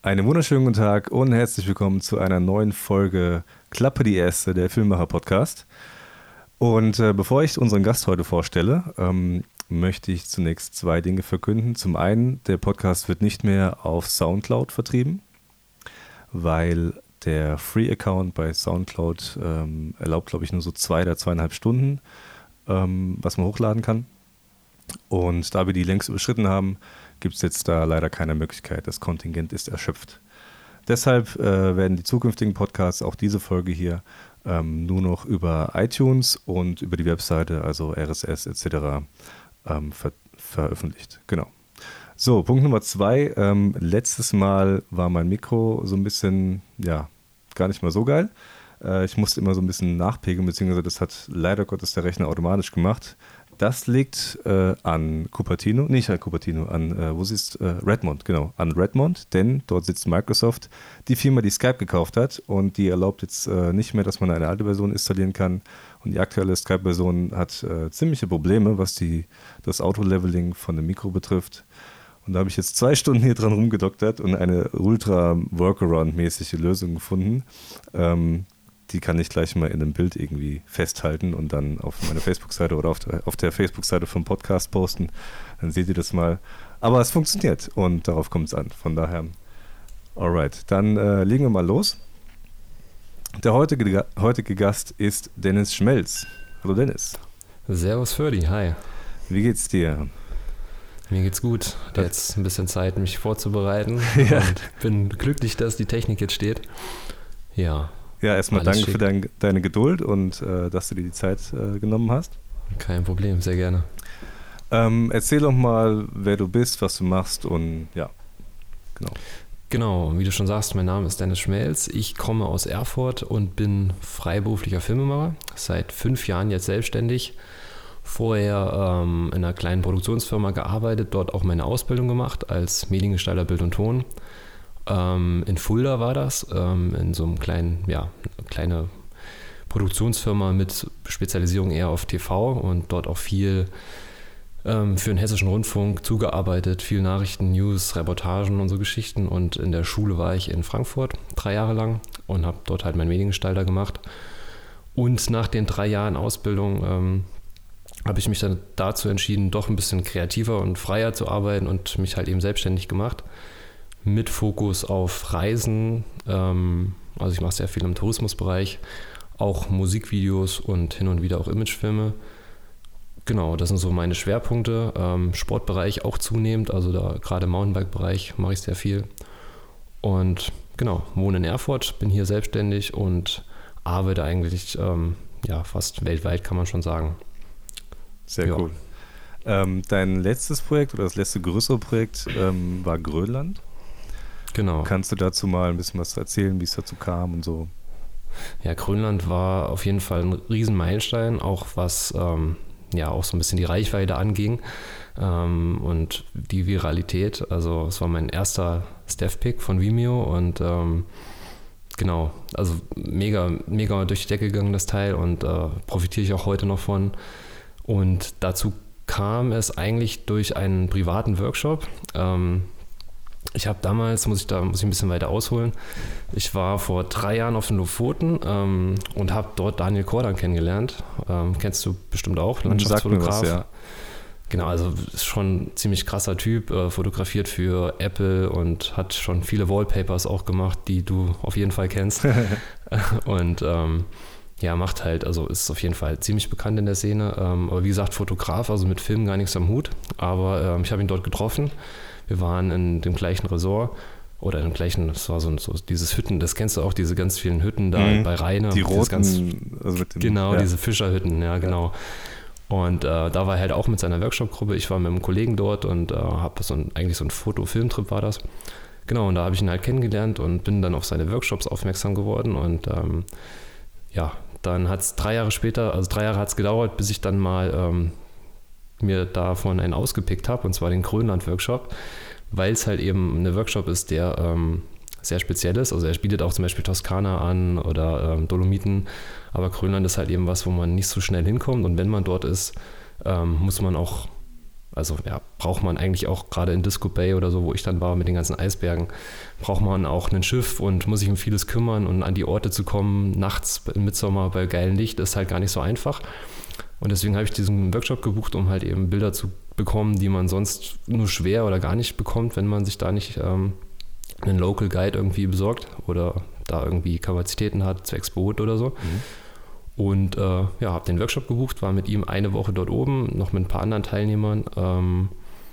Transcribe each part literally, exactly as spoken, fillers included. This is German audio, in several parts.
Einen wunderschönen guten Tag und herzlich willkommen zu einer neuen Folge Klappe die Erste, der Filmemacher-Podcast. Und äh, bevor ich unseren Gast heute vorstelle, ähm, möchte ich zunächst zwei Dinge verkünden. Zum einen, der Podcast wird nicht mehr auf Soundcloud vertrieben, weil der Free-Account bei Soundcloud ähm, erlaubt, glaube ich, nur so zwei oder zweieinhalb Stunden, ähm, was man hochladen kann. Und da wir die längst überschritten haben, gibt es jetzt da leider keine Möglichkeit. Das Kontingent ist erschöpft. Deshalb äh, werden die zukünftigen Podcasts, auch diese Folge hier, ähm, nur noch über iTunes und über die Webseite, also R S S et cetera, ähm, ver- veröffentlicht. Genau. So, Punkt Nummer zwei. Ähm, letztes Mal war mein Mikro so ein bisschen, ja, gar nicht mal so geil. Äh, ich musste immer so ein bisschen nachpegeln, beziehungsweise das hat leider Gottes der Rechner automatisch gemacht. Das liegt äh, an Cupertino, nicht an Cupertino, an, äh, wo sitzt, äh, Redmond, genau, an Redmond, denn dort sitzt Microsoft, die Firma, die Skype gekauft hat und die erlaubt jetzt äh, nicht mehr, dass man eine alte Version installieren kann und die aktuelle Skype-Version hat äh, ziemliche Probleme, was die, das Auto-Leveling von dem Mikro betrifft. Und da habe ich jetzt zwei Stunden hier dran rumgedoktert und eine ultra-Workaround-mäßige Lösung gefunden. Ähm, Die kann ich gleich mal in einem Bild irgendwie festhalten und dann auf meine Facebook-Seite oder auf der, auf der Facebook-Seite vom Podcast posten. Dann seht ihr das mal. Aber es funktioniert und darauf kommt es an. Von daher, alright, dann äh, legen wir mal los. Der heutige, heutige Gast ist Dennis Schmelz. Hallo Dennis. Servus Ferdi, hi. Wie geht's dir? Mir geht's gut. Hatte jetzt ein bisschen Zeit, mich vorzubereiten ja. Und bin glücklich, dass die Technik jetzt steht. Ja. Ja, erstmal danke schick. für dein, deine Geduld und äh, dass du dir die Zeit äh, genommen hast. Kein Problem, sehr gerne. Ähm, erzähl doch mal, wer du bist, was du machst und ja, genau. Genau, wie du schon sagst, mein Name ist Dennis Schmelz. Ich komme aus Erfurt und bin freiberuflicher Filmemacher. Seit fünf Jahren jetzt selbstständig. Vorher ähm, in einer kleinen Produktionsfirma gearbeitet, dort auch meine Ausbildung gemacht als Mediengestalter Bild und Ton. Ähm, in Fulda war das, ähm, in so einem kleinen, ja, kleine Produktionsfirma mit Spezialisierung eher auf T V und dort auch viel ähm, für den Hessischen Rundfunk zugearbeitet, viel Nachrichten, News, Reportagen und so Geschichten. Und in der Schule war ich in Frankfurt drei Jahre lang und habe dort halt meinen Mediengestalter gemacht. Und nach den drei Jahren Ausbildung ähm, habe ich mich dann dazu entschieden, doch ein bisschen kreativer und freier zu arbeiten und mich halt eben selbstständig gemacht. Mit Fokus auf Reisen, ähm, also ich mache sehr viel im Tourismusbereich, auch Musikvideos und hin und wieder auch Imagefilme. Genau, das sind so meine Schwerpunkte. Ähm, Sportbereich auch zunehmend, also da gerade im Mountainbike-Bereich mache ich sehr viel. Und genau, wohne in Erfurt, bin hier selbstständig und arbeite eigentlich ähm, ja, fast weltweit, kann man schon sagen. Sehr ja. cool. Ähm, dein letztes Projekt oder das letzte größere Projekt ähm, war Grönland. Genau. Kannst du dazu mal ein bisschen was erzählen, wie es dazu kam und so? Ja, Grönland war auf jeden Fall ein Riesenmeilenstein, auch was ähm, ja auch so ein bisschen die Reichweite anging ähm, und die Viralität. Also es war mein erster Staff-Pick von Vimeo und ähm, genau, also mega, mega durch die Decke gegangen das Teil und äh, profitiere ich auch heute noch von. Und dazu kam es eigentlich durch einen privaten Workshop. Ähm, Ich habe damals, muss ich da muss ich ein bisschen weiter ausholen, ich war vor drei Jahren auf den Lofoten ähm, und habe dort Daniel Kordan kennengelernt. Ähm, kennst du bestimmt auch, Landschaftsfotograf. Was, ja. Genau, also ist schon ein ziemlich krasser Typ, äh, fotografiert für Apple und hat schon viele Wallpapers auch gemacht, die du auf jeden Fall kennst. und ähm, ja, macht halt, also ist auf jeden Fall ziemlich bekannt in der Szene. Ähm, aber wie gesagt, Fotograf, also mit Filmen gar nichts am Hut. Aber ähm, ich habe ihn dort getroffen. Wir waren in dem gleichen Resort oder in dem gleichen, das war so, so dieses Hütten, das kennst du auch, diese ganz vielen Hütten da mhm. bei Rheine. Die roten, ganz, also mit dem, genau, ja. diese Fischerhütten, ja genau. Und äh, da war er halt auch mit seiner Workshop-Gruppe, ich war mit einem Kollegen dort und äh, habe so ein, eigentlich so ein Foto-Film-Trip war das. Genau, und da habe ich ihn halt kennengelernt und bin dann auf seine Workshops aufmerksam geworden und ähm, ja, dann hat es drei Jahre später, also drei Jahre hat es gedauert, bis ich dann mal ähm, mir davon einen ausgepickt habe, und zwar den Grönland-Workshop, weil es halt eben ein Workshop ist, der ähm, sehr speziell ist. Also er bietet auch zum Beispiel Toskana an oder ähm, Dolomiten, aber Grönland ist halt eben was, wo man nicht so schnell hinkommt, und wenn man dort ist, ähm, muss man auch also ja, braucht man eigentlich auch gerade in Disco Bay oder so, wo ich dann war mit den ganzen Eisbergen, braucht man auch ein Schiff und muss sich um vieles kümmern und an die Orte zu kommen, nachts im Mitsommer bei geilem Licht, ist halt gar nicht so einfach. Und deswegen habe ich diesen Workshop gebucht, um halt eben Bilder zu bekommen, die man sonst nur schwer oder gar nicht bekommt, wenn man sich da nicht ähm, einen Local Guide irgendwie besorgt oder da irgendwie Kapazitäten hat, zwecks Boot oder so. Mhm. Und äh, ja, habe den Workshop gebucht, war mit ihm eine Woche dort oben, noch mit ein paar anderen Teilnehmern. Ähm,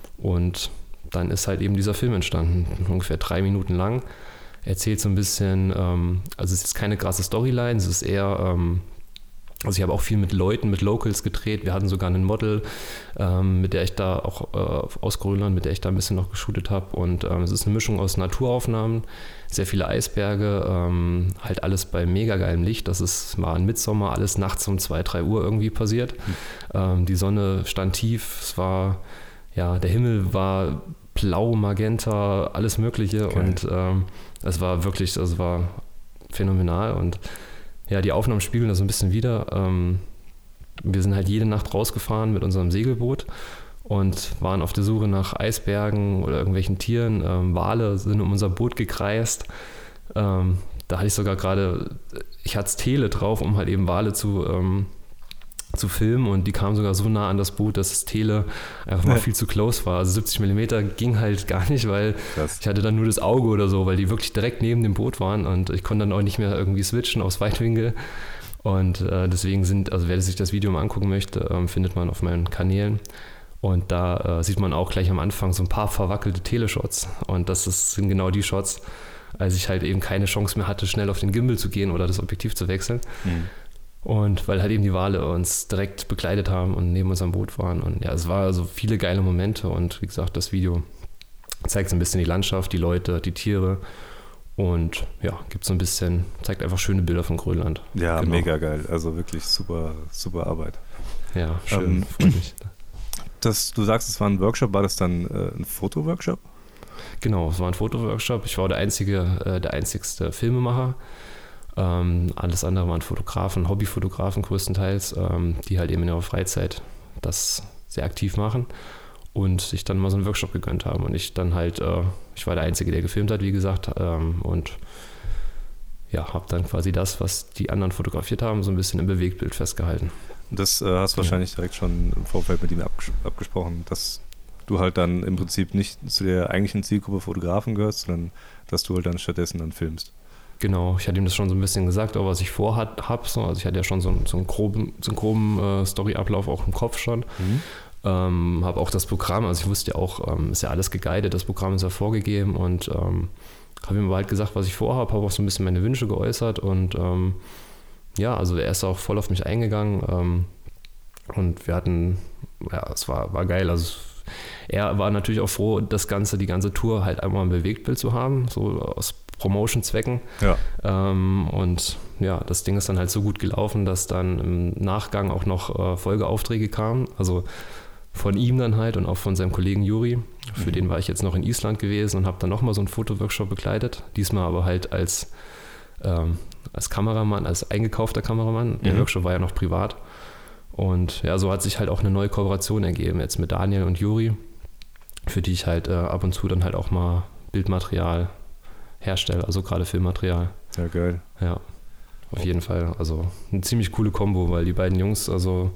und dann ist halt eben dieser Film entstanden, ungefähr drei Minuten lang. Erzählt so ein bisschen, ähm, also es ist keine krasse Storyline, es ist eher, ähm, also ich habe auch viel mit Leuten, mit Locals gedreht. Wir hatten sogar einen Model, ähm, mit der ich da auch äh, aus Grönland, mit der ich da ein bisschen noch geshootet habe. Und ähm, es ist eine Mischung aus Naturaufnahmen, sehr viele Eisberge, ähm, halt alles bei mega geilem Licht. Das ist mal im Mitsommer, alles nachts um zwei, drei Uhr irgendwie passiert. Mhm. Ähm, die Sonne stand tief, es war, ja, der Himmel war blau, magenta, alles Mögliche. Okay. Und ähm, es war wirklich, es war phänomenal. Und ja, die Aufnahmen spiegeln das so ein bisschen wider. Ähm, wir sind halt jede Nacht rausgefahren mit unserem Segelboot und waren auf der Suche nach Eisbergen oder irgendwelchen Tieren. Ähm, Wale sind um unser Boot gekreist. Ähm, da hatte ich sogar gerade, ich hatte das Tele drauf, um halt eben Wale zu, ähm, zu filmen, und die kamen sogar so nah an das Boot, dass das Tele einfach mal ja. viel zu close war. Also siebzig Millimeter ging halt gar nicht, weil Krass. Ich hatte dann nur das Auge oder so, weil die wirklich direkt neben dem Boot waren und ich konnte dann auch nicht mehr irgendwie switchen aufs Weitwinkel. Und äh, deswegen sind, also wer sich das Video mal angucken möchte, ähm, findet man auf meinen Kanälen. Und da äh, sieht man auch gleich am Anfang so ein paar verwackelte Teleshots. Und das ist, sind genau die Shots, als ich halt eben keine Chance mehr hatte, schnell auf den Gimbal zu gehen oder das Objektiv zu wechseln. Mhm. Und weil halt eben die Wale uns direkt begleitet haben und neben unserem Boot waren. Und ja, es war also viele geile Momente. Und wie gesagt, das Video zeigt so ein bisschen die Landschaft, die Leute, die Tiere. Und ja, gibt so ein bisschen, zeigt einfach schöne Bilder von Grönland. Ja, genau. Mega geil. Also wirklich super, super Arbeit. Ja, schön, ähm, freut mich. Das, du sagst, es war ein Workshop, war das dann äh, ein Fotoworkshop? Genau, es war ein Fotoworkshop. Ich war der einzige, äh, der einzigste Filmemacher. Ähm, alles andere waren Fotografen, Hobbyfotografen größtenteils, ähm, die halt eben in ihrer Freizeit das sehr aktiv machen und sich dann mal so einen Workshop gegönnt haben. Und ich dann halt, äh, ich war der Einzige, der gefilmt hat, wie gesagt, ähm, und ja, habe dann quasi das, was die anderen fotografiert haben, so ein bisschen im Bewegtbild festgehalten. Das äh, hast du wahrscheinlich ja. direkt schon im Vorfeld mit ihm abges- abgesprochen, dass du halt dann im Prinzip nicht zu der eigentlichen Zielgruppe Fotografen gehörst, sondern dass du halt dann stattdessen dann filmst. Genau, ich hatte ihm das schon so ein bisschen gesagt, auch was ich vorhat habe. So. Also ich hatte ja schon so, so einen groben, so einen groben äh, Story-Ablauf auch im Kopf schon. Mhm. Ähm, habe auch das Programm, also ich wusste ja auch, ähm, ist ja alles geguidet, das Programm ist ja vorgegeben, und ähm, habe ihm aber halt gesagt, was ich vorhabe, habe auch so ein bisschen meine Wünsche geäußert, und ähm, ja, also er ist auch voll auf mich eingegangen, ähm, und wir hatten, ja, es war, war geil, also er war natürlich auch froh, das Ganze, die ganze Tour halt einmal ein Bewegtbild zu haben, so aus Promotion-Zwecken. Ja. Ähm, und ja, das Ding ist dann halt so gut gelaufen, dass dann im Nachgang auch noch äh, Folgeaufträge kamen. Also von ihm dann halt und auch von seinem Kollegen Juri. Für mhm. den war ich jetzt noch in Island gewesen und habe dann nochmal so einen Fotoworkshop begleitet. Diesmal aber halt als, ähm, als Kameramann, als eingekaufter Kameramann. Der mhm. Workshop war ja noch privat. Und ja, so hat sich halt auch eine neue Kooperation ergeben jetzt mit Daniel und Juri, für die ich halt äh, ab und zu dann halt auch mal Bildmaterial herstelle, also gerade Filmmaterial. Ja, geil. Ja, auf oh. jeden Fall. Also eine ziemlich coole Kombo, weil die beiden Jungs, also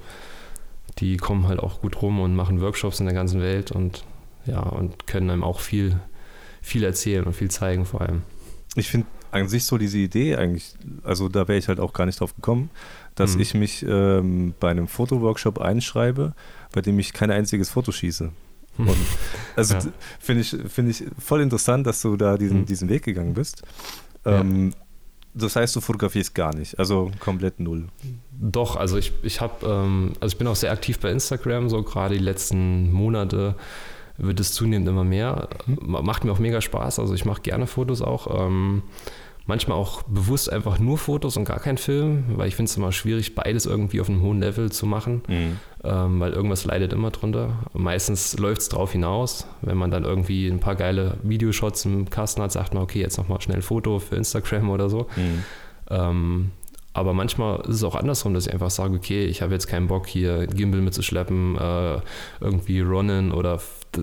die kommen halt auch gut rum und machen Workshops in der ganzen Welt und ja, und können einem auch viel, viel erzählen und viel zeigen vor allem. Ich finde an sich so diese Idee eigentlich, also da wäre ich halt auch gar nicht drauf gekommen, dass mhm. ich mich ähm, bei einem Fotoworkshop einschreibe, bei dem ich kein einziges Foto schieße. Und also ja. finde ich, find ich voll interessant, dass du da diesen, mhm. diesen Weg gegangen bist. Ähm, ja. Das heißt, du fotografierst gar nicht, also komplett null. Doch, also ich, ich habe, ähm, also ich bin auch sehr aktiv bei Instagram, so gerade die letzten Monate wird es zunehmend immer mehr. Mhm. Macht mir auch mega Spaß, also ich mache gerne Fotos auch. Ähm, manchmal auch bewusst einfach nur Fotos und gar kein Film, weil ich finde es immer schwierig, beides irgendwie auf einem hohen Level zu machen, mhm. ähm, weil irgendwas leidet immer drunter. Meistens läuft es drauf hinaus, wenn man dann irgendwie ein paar geile Videoshots im Kasten hat, sagt man, okay, jetzt nochmal schnell ein Foto für Instagram oder so. Mhm. Ähm, Aber manchmal ist es auch andersrum, dass ich einfach sage, okay, ich habe jetzt keinen Bock, hier Gimbal mitzuschleppen, äh, irgendwie Ronin oder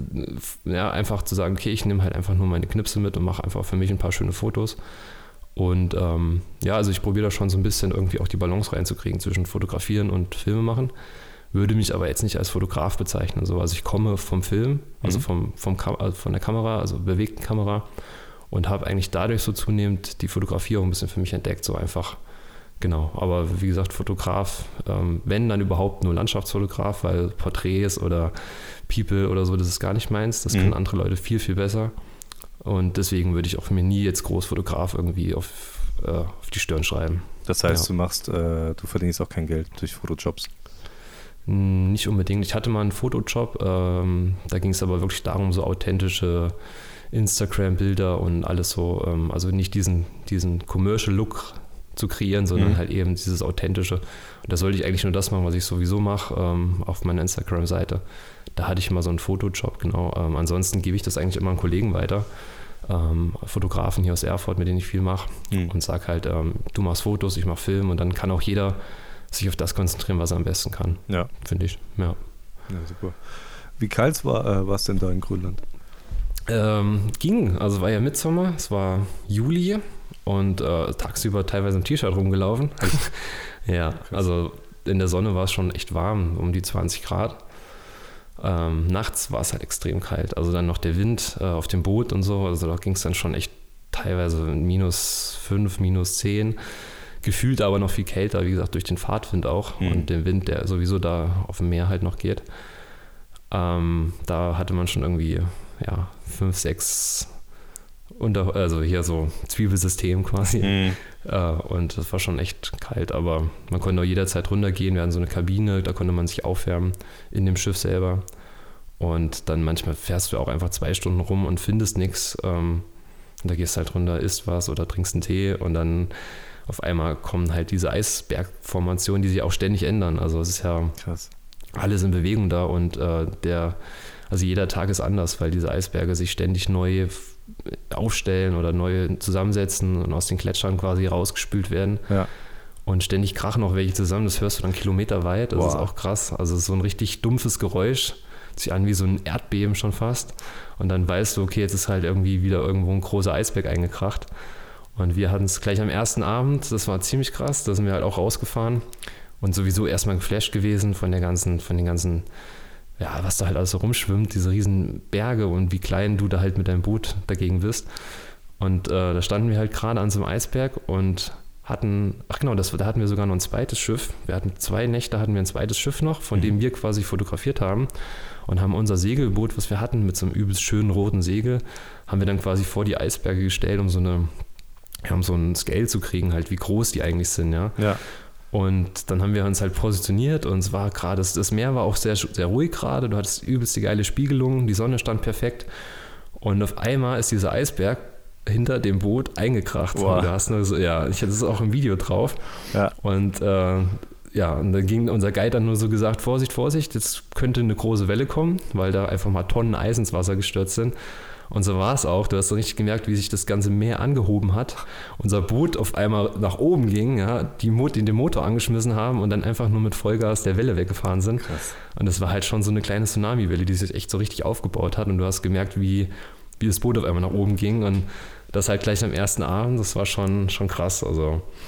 ja, einfach zu sagen, okay, ich nehme halt einfach nur meine Knipse mit und mache einfach für mich ein paar schöne Fotos. Und ähm, ja, also ich probiere da schon so ein bisschen irgendwie auch die Balance reinzukriegen zwischen Fotografieren und Filme machen. Würde mich aber jetzt nicht als Fotograf bezeichnen. So. Also ich komme vom Film, also vom, vom Kam- also von der Kamera, also bewegten Kamera und habe eigentlich dadurch so zunehmend die Fotografie auch ein bisschen für mich entdeckt, so einfach. Genau, aber wie gesagt, Fotograf, ähm, wenn dann überhaupt nur Landschaftsfotograf, weil Porträts oder People oder so, das ist gar nicht meins, das mhm. können andere Leute viel, viel besser und deswegen würde ich auch mir nie jetzt Großfotograf irgendwie auf, äh, auf die Stirn schreiben. Das heißt, ja. du machst, äh, du verdienst auch kein Geld durch Fotojobs? Nicht unbedingt, ich hatte mal einen Fotojob, ähm, da ging es aber wirklich darum, so authentische Instagram-Bilder und alles so, ähm, also nicht diesen, diesen Commercial-Look zu kreieren, sondern mhm. halt eben dieses Authentische. Und da sollte ich eigentlich nur das machen, was ich sowieso mache ähm, auf meiner Instagram-Seite. Da hatte ich mal so einen Fotojob, genau. Ähm, ansonsten gebe ich das eigentlich immer an Kollegen weiter, ähm, Fotografen hier aus Erfurt, mit denen ich viel mache mhm. und sage halt, ähm, du machst Fotos, ich mache Film und dann kann auch jeder sich auf das konzentrieren, was er am besten kann, ja. finde ich. Ja. Ja, super. Wie kalt war äh, es denn da in Grönland? Ähm, ging, also war ja Mitsommer, es war Juli und äh, tagsüber teilweise im T-Shirt rumgelaufen. Ja, krass. Also in der Sonne war es schon echt warm, um die zwanzig Grad. Ähm, nachts war es halt extrem kalt, also dann noch der Wind äh, auf dem Boot und so, also da ging es dann schon echt teilweise minus fünf, minus zehn. Gefühlt aber noch viel kälter, wie gesagt, durch den Fahrtwind auch mhm. und den Wind, der sowieso da auf dem Meer halt noch geht. Ähm, da hatte man schon irgendwie ja, fünf, sechs unter, also hier so Zwiebelsystem quasi. Mhm. Äh, und das war schon echt kalt, aber man konnte auch jederzeit runtergehen. Wir hatten so eine Kabine, da konnte man sich aufwärmen in dem Schiff selber. Und dann manchmal fährst du auch einfach zwei Stunden rum und findest nichts. Ähm, und da gehst halt runter, isst was oder trinkst einen Tee und dann auf einmal kommen halt diese Eisbergformationen, die sich auch ständig ändern. Also es ist ja krass. Alles in Bewegung da und äh, der, also jeder Tag ist anders, weil diese Eisberge sich ständig neu aufstellen oder neu zusammensetzen und aus den Gletschern quasi rausgespült werden. Ja. Und ständig krachen auch welche zusammen, das hörst du dann kilometerweit, das wow. ist auch krass. Also so ein richtig dumpfes Geräusch, sich an wie so ein Erdbeben schon fast. Und dann weißt du, okay, jetzt ist halt irgendwie wieder irgendwo ein großer Eisberg eingekracht. Und wir hatten es gleich am ersten Abend, das war ziemlich krass, da sind wir halt auch rausgefahren und sowieso erstmal geflasht gewesen von der ganzen, von den ganzen, ja, was da halt alles so rumschwimmt, diese riesen Berge und wie klein du da halt mit deinem Boot dagegen bist. Und äh, da standen wir halt gerade an so einem Eisberg und hatten, ach genau, das, da hatten wir sogar noch ein zweites Schiff. Wir hatten zwei Nächte, hatten wir ein zweites Schiff noch, von mhm. dem wir quasi fotografiert haben und haben unser Segelboot, was wir hatten, mit so einem übelst schönen roten Segel, haben wir dann quasi vor die Eisberge gestellt, um so eine um so ein Scale zu kriegen, halt wie groß die eigentlich sind, ja. ja. Und dann haben wir uns halt positioniert und es war gerade, das, das Meer war auch sehr, sehr ruhig gerade, du hattest übelst die geile Spiegelung, die Sonne stand perfekt und auf einmal ist dieser Eisberg hinter dem Boot eingekracht. Wow. Und du hast nur so, ja, ich hatte es auch im Video drauf. Ja. Und äh, ja, und dann ging unser Guide dann nur so gesagt, Vorsicht, Vorsicht, jetzt könnte eine große Welle kommen, weil da einfach mal Tonnen Eis ins Wasser gestürzt sind. Und so war es auch. Du hast so richtig gemerkt, wie sich das ganze Meer angehoben hat. Unser Boot auf einmal nach oben ging, ja, die Mot- den Motor angeschmissen haben und dann einfach nur mit Vollgas der Welle weggefahren sind. Krass. Und das war halt schon so eine kleine Tsunami-Welle, die sich echt so richtig aufgebaut hat. Und du hast gemerkt, wie, wie das Boot auf einmal nach oben ging. Und das halt gleich am ersten Abend, das war schon, schon krass. Also,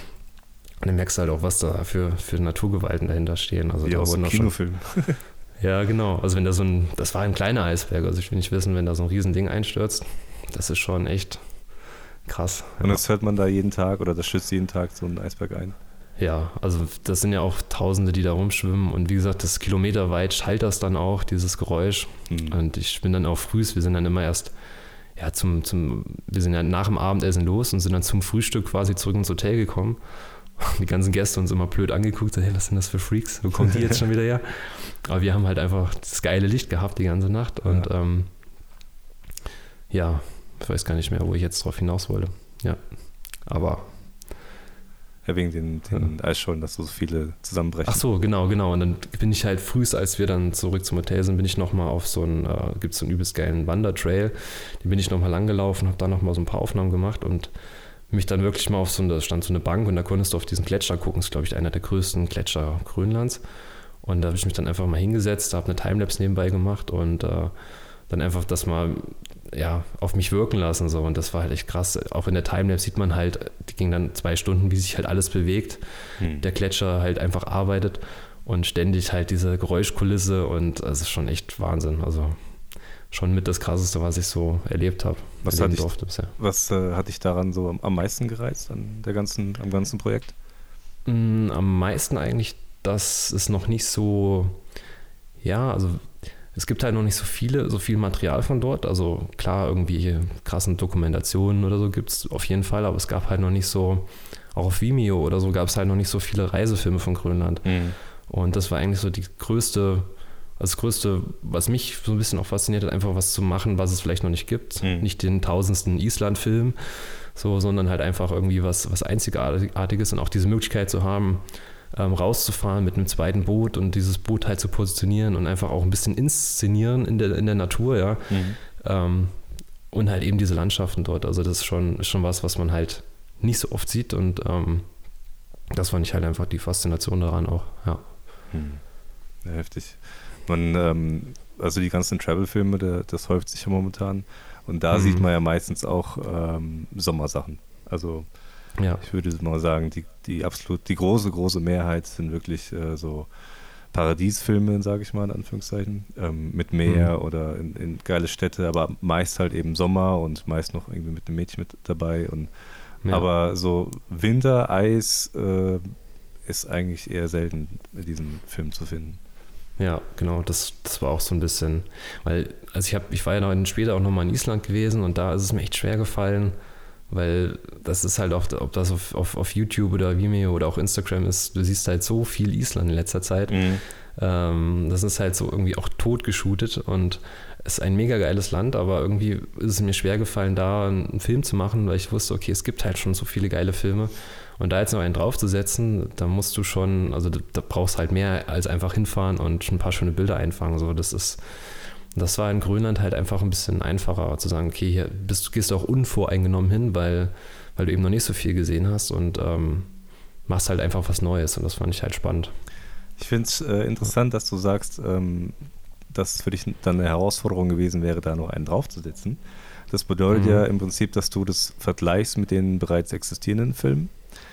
und dann merkst du halt auch, was da für, für Naturgewalten dahinter stehen. Also, wie da aus dem Kinofilm. Ja, genau. Also wenn da so ein, das war ein kleiner Eisberg, also ich will nicht wissen, wenn da so ein Riesending einstürzt, das ist schon echt krass. Und das hört man da jeden Tag oder das schützt jeden Tag so einen Eisberg ein? Ja, also das sind ja auch Tausende, die da rumschwimmen und wie gesagt, das kilometerweit schallt das dann auch, dieses Geräusch. Mhm. Und ich bin dann auch frühs, wir sind dann immer erst, ja, zum, zum, wir sind ja nach dem Abendessen los und sind dann zum Frühstück quasi zurück ins Hotel gekommen. Die ganzen Gäste uns immer blöd angeguckt, hey, was sind das für Freaks? Wo kommen die jetzt schon wieder her? Aber wir haben halt einfach das geile Licht gehabt die ganze Nacht und ja, ähm, ja ich weiß gar nicht mehr, wo ich jetzt drauf hinaus wollte. Ja, aber ja, wegen den, den ja. Eisschollen, dass so viele zusammenbrechen. Ach so, genau, genau. Und dann bin ich halt frühst, als wir dann zurück zum Hotel sind, bin ich nochmal auf so einen, äh, gibt es so einen übelst geilen Wandertrail, den bin ich nochmal lang gelaufen, habe da nochmal so ein paar Aufnahmen gemacht und mich dann wirklich mal auf so eine, da stand so eine Bank und da konntest du auf diesen Gletscher gucken. Das ist, glaube ich, einer der größten Gletscher Grönlands. Und da habe ich mich dann einfach mal hingesetzt, habe eine Timelapse nebenbei gemacht und äh, dann einfach das mal ja, auf mich wirken lassen. So. Und das war halt echt krass. Auch in der Timelapse sieht man halt, die ging dann zwei Stunden, wie sich halt alles bewegt. Hm. Der Gletscher halt einfach arbeitet und ständig halt diese Geräuschkulisse und das ist schon echt Wahnsinn. Also schon mit das Krasseste, was ich so erlebt habe. Was, hat dich, was äh, hat dich daran so am, am meisten gereizt an der ganzen, am ganzen Projekt? Mm, am meisten eigentlich, dass es noch nicht so, ja, also es gibt halt noch nicht so viele, so viel Material von dort. Also klar, irgendwie krassen Dokumentationen oder so gibt es auf jeden Fall, aber es gab halt noch nicht so, auch auf Vimeo oder so gab es halt noch nicht so viele Reisefilme von Grönland. Mhm. Und das war eigentlich so die größte, das Größte, was mich so ein bisschen auch fasziniert hat, einfach was zu machen, was es vielleicht noch nicht gibt. Mhm. Nicht den tausendsten Island-Film, so, sondern halt einfach irgendwie was, was Einzigartiges und auch diese Möglichkeit zu haben, ähm, rauszufahren mit einem zweiten Boot und dieses Boot halt zu positionieren und einfach auch ein bisschen inszenieren in der, in der Natur, ja. Mhm. Ähm, und halt eben diese Landschaften dort. Also das ist schon, ist schon was, was man halt nicht so oft sieht und ähm, das fand ich halt einfach die Faszination daran auch, ja. Mhm. Ja, heftig. Man, ähm, also die ganzen Travel-Filme, der, das häuft sich ja momentan. Und da mhm. sieht man ja meistens auch ähm, Sommersachen. Also ja. ich würde mal sagen, die, die absolut, die große, große Mehrheit sind wirklich äh, so Paradiesfilme, sage ich mal in Anführungszeichen, ähm, mit Meer mhm. oder in, in geile Städte, aber meist halt eben Sommer und meist noch irgendwie mit einem Mädchen mit dabei. Und ja. aber so Winter, Eis äh, ist eigentlich eher selten in diesem Film zu finden. Ja, genau, das, das war auch so ein bisschen, weil, also ich habe, ich war ja dann später auch nochmal in Island gewesen und da ist es mir echt schwer gefallen, weil das ist halt auch, ob das auf, auf, auf YouTube oder Vimeo oder auch Instagram ist, du siehst halt so viel Island in letzter Zeit. Mhm. Ähm, das ist halt so irgendwie auch tot geshootet und es ist ein mega geiles Land, aber irgendwie ist es mir schwer gefallen, da einen Film zu machen, weil ich wusste, okay, es gibt halt schon so viele geile Filme. Und da jetzt noch einen draufzusetzen, da musst du schon, also da, da brauchst halt mehr als einfach hinfahren und ein paar schöne Bilder einfangen. So, das ist, das war in Grönland halt einfach ein bisschen einfacher zu sagen, okay, hier bist, gehst du auch unvoreingenommen hin, weil, weil du eben noch nicht so viel gesehen hast und ähm, machst halt einfach was Neues und das fand ich halt spannend. Ich finde es äh, interessant, dass du sagst, ähm, dass es für dich dann eine Herausforderung gewesen wäre, da noch einen draufzusetzen. Das bedeutet mhm. ja im Prinzip, dass du das vergleichst mit den bereits existierenden Filmen.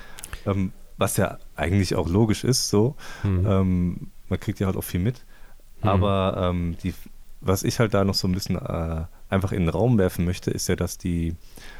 Ähm, was ja eigentlich auch logisch ist, so. Mhm. Ähm, man kriegt ja halt auch viel mit. Mhm. Aber ähm, die, was ich halt da noch so ein bisschen äh, einfach in den Raum werfen möchte, ist ja, dass die,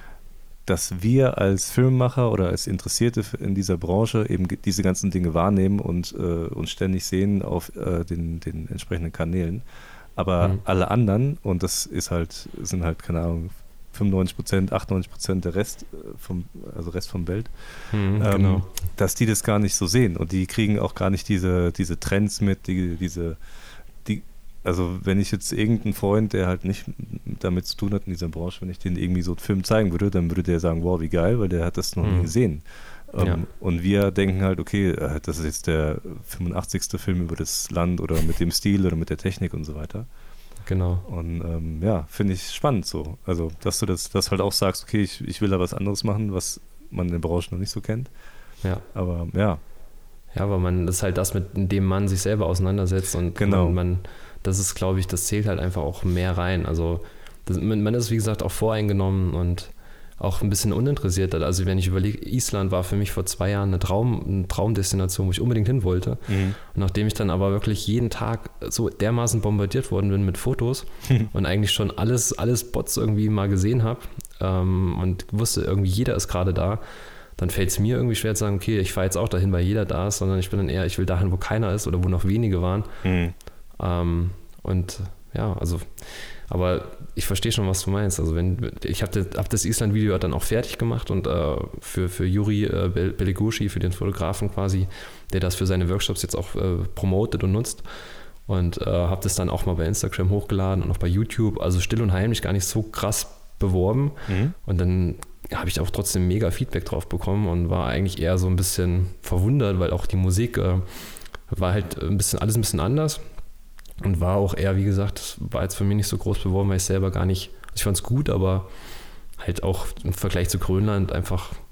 dass wir als Filmemacher oder als Interessierte in dieser Branche eben diese ganzen Dinge wahrnehmen und äh, uns ständig sehen auf äh, den, den entsprechenden Kanälen. Aber mhm. alle anderen, und das ist halt, sind halt, keine Ahnung, fünfundneunzig Prozent, achtundneunzig Prozent der Rest vom, also Rest vom Welt, mhm, ähm, genau. dass die das gar nicht so sehen und die kriegen auch gar nicht diese, diese Trends mit, die, diese, die, also wenn ich jetzt irgendeinen Freund, der halt nicht damit zu tun hat in dieser Branche, wenn ich den irgendwie so einen Film zeigen würde, dann würde der sagen, wow, wie geil, weil der hat das noch mhm. nie gesehen. Ähm, ja. Und wir denken halt, okay, das ist jetzt der fünfundachtzigste Film über das Land oder mit dem Stil oder mit der Technik und so weiter. Genau. Und ähm, ja, finde ich spannend so. Also, dass du das, das halt auch sagst, okay, ich, ich will da was anderes machen, was man in der Branche noch nicht so kennt. Ja. Aber ja. Ja, aber man, das ist halt das, mit dem man sich selber auseinandersetzt und genau. man, man, das ist, glaube ich, das zählt halt einfach auch mehr rein. Also das, man ist, wie gesagt, auch voreingenommen und auch ein bisschen uninteressiert. Also wenn ich überlege, Island war für mich vor zwei Jahren eine, Traum, eine Traumdestination, wo ich unbedingt hin wollte. Mhm. Und nachdem ich dann aber wirklich jeden Tag so dermaßen bombardiert worden bin mit Fotos und eigentlich schon alles, alles Spots irgendwie mal gesehen habe ähm, und wusste, irgendwie jeder ist gerade da, dann fällt es mir irgendwie schwer zu sagen, okay, ich fahre jetzt auch dahin, weil jeder da ist, sondern ich bin dann eher, ich will dahin, wo keiner ist oder wo noch wenige waren. Mhm. Ähm, und ja, also aber ich verstehe schon, was du meinst. Also wenn ich habe das, hab das Island-Video dann auch fertig gemacht und äh, für, für Juri äh, Belegushi, für den Fotografen quasi, der das für seine Workshops jetzt auch äh, promotet und nutzt. Und äh, habe das dann auch mal bei Instagram hochgeladen und auch bei YouTube, also still und heimlich gar nicht so krass beworben. Mhm. Und dann habe ich auch trotzdem mega Feedback drauf bekommen und war eigentlich eher so ein bisschen verwundert, weil auch die Musik äh, war halt ein bisschen, alles ein bisschen anders. Und war auch eher, wie gesagt, das war jetzt für mich nicht so groß beworben, weil ich selber gar nicht, also ich fand es gut, aber halt auch im Vergleich zu Grönland einfach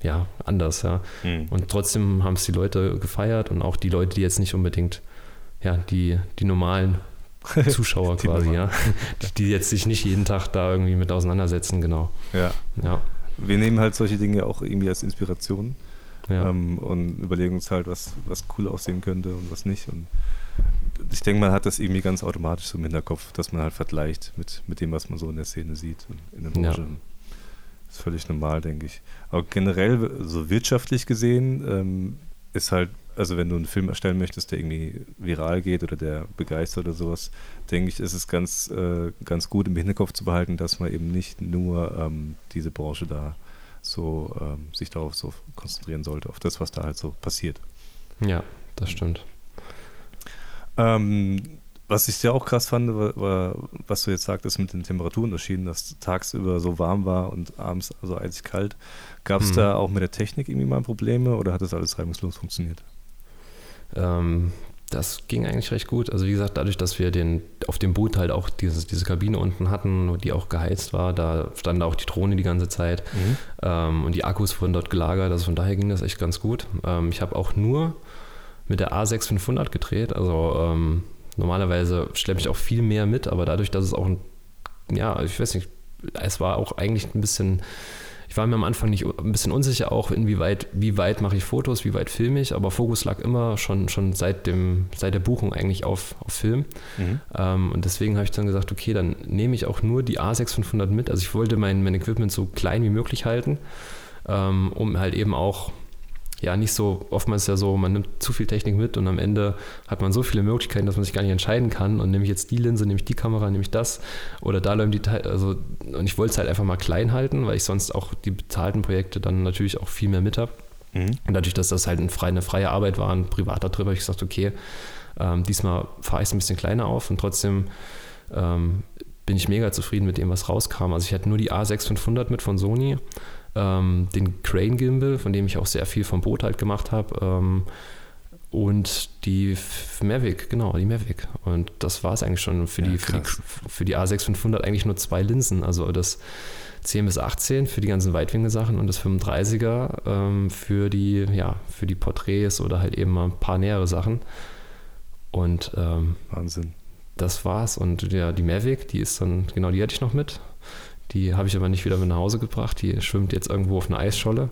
ja, anders, ja. Mhm. Und trotzdem haben es die Leute gefeiert und auch die Leute, die jetzt nicht unbedingt, ja, die, die normalen Zuschauer die quasi, normalen. ja, die jetzt sich nicht jeden Tag da irgendwie mit auseinandersetzen, genau. Ja. ja. Wir nehmen halt solche Dinge auch irgendwie als Inspiration ja. ähm, und überlegen uns halt, was, was cool aussehen könnte und was nicht. Und ich denke, man hat das irgendwie ganz automatisch so im Hinterkopf, dass man halt vergleicht mit, mit dem, was man so in der Szene sieht und in der Branche. Ja. Das ist völlig normal, denke ich. Aber generell, so wirtschaftlich gesehen, ähm, ist halt, also wenn du einen Film erstellen möchtest, der irgendwie viral geht oder der begeistert oder sowas, denke ich, ist es ganz, äh, ganz gut im Hinterkopf zu behalten, dass man eben nicht nur ähm, diese Branche da so ähm, sich darauf so konzentrieren sollte, auf das, was da halt so passiert. Ja, das stimmt. Ähm, was ich sehr auch krass fand, war, war, was du jetzt sagtest mit den Temperaturunterschieden, dass tagsüber so warm war und abends so eisig kalt. Gab es hm. da auch mit der Technik irgendwie mal Probleme oder hat das alles reibungslos funktioniert? Ähm, das ging eigentlich recht gut. Also wie gesagt, dadurch, dass wir den auf dem Boot halt auch dieses, diese Kabine unten hatten, die auch geheizt war, da stand auch die Drohne die ganze Zeit mhm. ähm, und die Akkus wurden dort gelagert. Also von daher ging das echt ganz gut. Ähm, ich habe auch nur mit der A sechs fünfhundert gedreht. Also ähm, normalerweise schleppe ich auch viel mehr mit, aber dadurch, dass es auch ein, ja, ich weiß nicht, es war auch eigentlich ein bisschen, ich war mir am Anfang nicht ein bisschen unsicher auch, inwieweit, wie weit mache ich Fotos, wie weit filme ich, aber Fokus lag immer schon, schon seit dem, seit der Buchung eigentlich auf, auf Film. Mhm. Ähm, und deswegen habe ich dann gesagt, okay, dann nehme ich auch nur die A sechs fünfhundert mit. Also ich wollte mein, mein Equipment so klein wie möglich halten, ähm, um halt eben auch ja, nicht so, oftmals ist ja so, man nimmt zu viel Technik mit und am Ende hat man so viele Möglichkeiten, dass man sich gar nicht entscheiden kann und nehme ich jetzt die Linse, nehme ich die Kamera, nehme ich das oder da läuft die Teil, also und ich wollte es halt einfach mal klein halten, weil ich sonst auch die bezahlten Projekte dann natürlich auch viel mehr mit habe. Mhm. Und dadurch, dass das halt eine freie, eine freie Arbeit war, ein privater Trip, habe ich gesagt, okay, ähm, diesmal fahre ich es ein bisschen kleiner auf und trotzdem ähm, bin ich mega zufrieden mit dem, was rauskam. Also ich hatte nur die A sechs fünfhundert mit von Sony, ähm, den Crane Gimbal, von dem ich auch sehr viel vom Boot halt gemacht habe, ähm, und die Mavic, genau, die Mavic. Und das war es eigentlich schon für, ja, die, für, die, für die A sechs fünfhundert eigentlich nur zwei Linsen, also das zehn bis achtzehn für die ganzen Weitwinkel-Sachen und das fünfunddreißiger ähm, für die, ja, für die Porträts oder halt eben mal ein paar nähere Sachen. Und ähm, Wahnsinn. Das war's. Und ja, die Mavic, die ist dann, genau, die hatte ich noch mit. Die habe ich aber nicht wieder mit nach Hause gebracht. Die schwimmt jetzt irgendwo auf einer Eisscholle.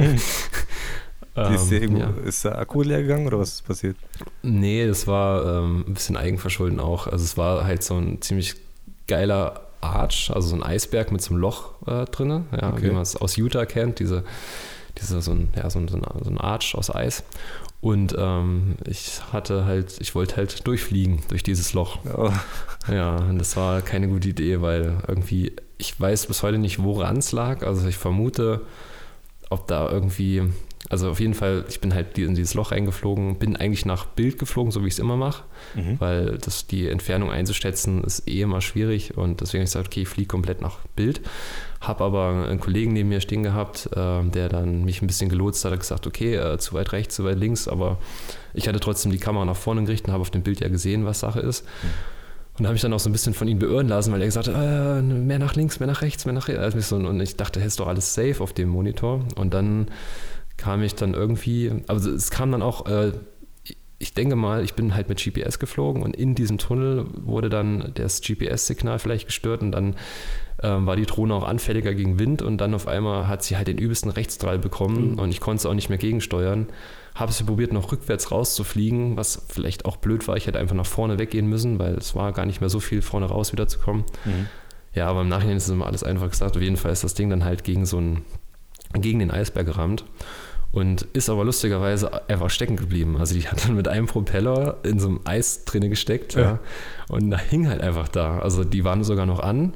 ist, der irgendwo, ja. ist der Akku leer gegangen oder was ist passiert? Nee, das war ähm, ein bisschen Eigenverschulden auch. Also es war halt so ein ziemlich geiler Arch, also so ein Eisberg mit so einem Loch äh, drin, ja, okay. Wie man es aus Utah kennt, diese, diese, so, ein, ja, so, ein, so ein Arch aus Eis. Und ähm, ich hatte halt, ich wollte halt durchfliegen durch dieses Loch. Oh. Ja, und das war keine gute Idee, weil irgendwie, ich weiß bis heute nicht, woran es lag. Also ich vermute, ob da irgendwie, also auf jeden Fall, ich bin halt in dieses Loch reingeflogen, bin eigentlich nach Bild geflogen, so wie ich es immer mache, mhm. weil das, die Entfernung einzuschätzen ist eh immer schwierig und deswegen habe ich gesagt, okay, ich fliege komplett nach Bild. Habe aber einen Kollegen neben mir stehen gehabt, äh, der dann mich ein bisschen gelotst hat, hat gesagt, okay, äh, zu weit rechts, zu weit links, aber ich hatte trotzdem die Kamera nach vorne gerichtet und habe auf dem Bild ja gesehen, was Sache ist. Mhm. Und da habe ich dann auch so ein bisschen von ihm beirren lassen, weil er gesagt hat, äh, mehr nach links, mehr nach rechts, mehr nach rechts. Und ich dachte, hey, ist doch alles safe auf dem Monitor. Und dann kam ich dann irgendwie, also es kam dann auch, äh, ich denke mal, ich bin halt mit G P S geflogen und in diesem Tunnel wurde dann das G P S-Signal vielleicht gestört und dann ähm, war die Drohne auch anfälliger gegen Wind und dann auf einmal hat sie halt den übelsten Rechtsdrall bekommen mhm. und ich konnte es auch nicht mehr gegensteuern. Habe es probiert, noch rückwärts rauszufliegen, was vielleicht auch blöd war. Ich hätte einfach nach vorne weggehen müssen, weil es war gar nicht mehr so viel vorne raus wiederzukommen. Mhm. Ja, aber im Nachhinein ist immer alles einfach gesagt. Auf jeden Fall ist das Ding dann halt gegen so einen, gegen den Eisberg gerammt. Und ist aber lustigerweise einfach stecken geblieben. Also die hat dann mit einem Propeller in so einem Eis drinne gesteckt. Ja. Ja, und da hing halt einfach da. Also die waren sogar noch an.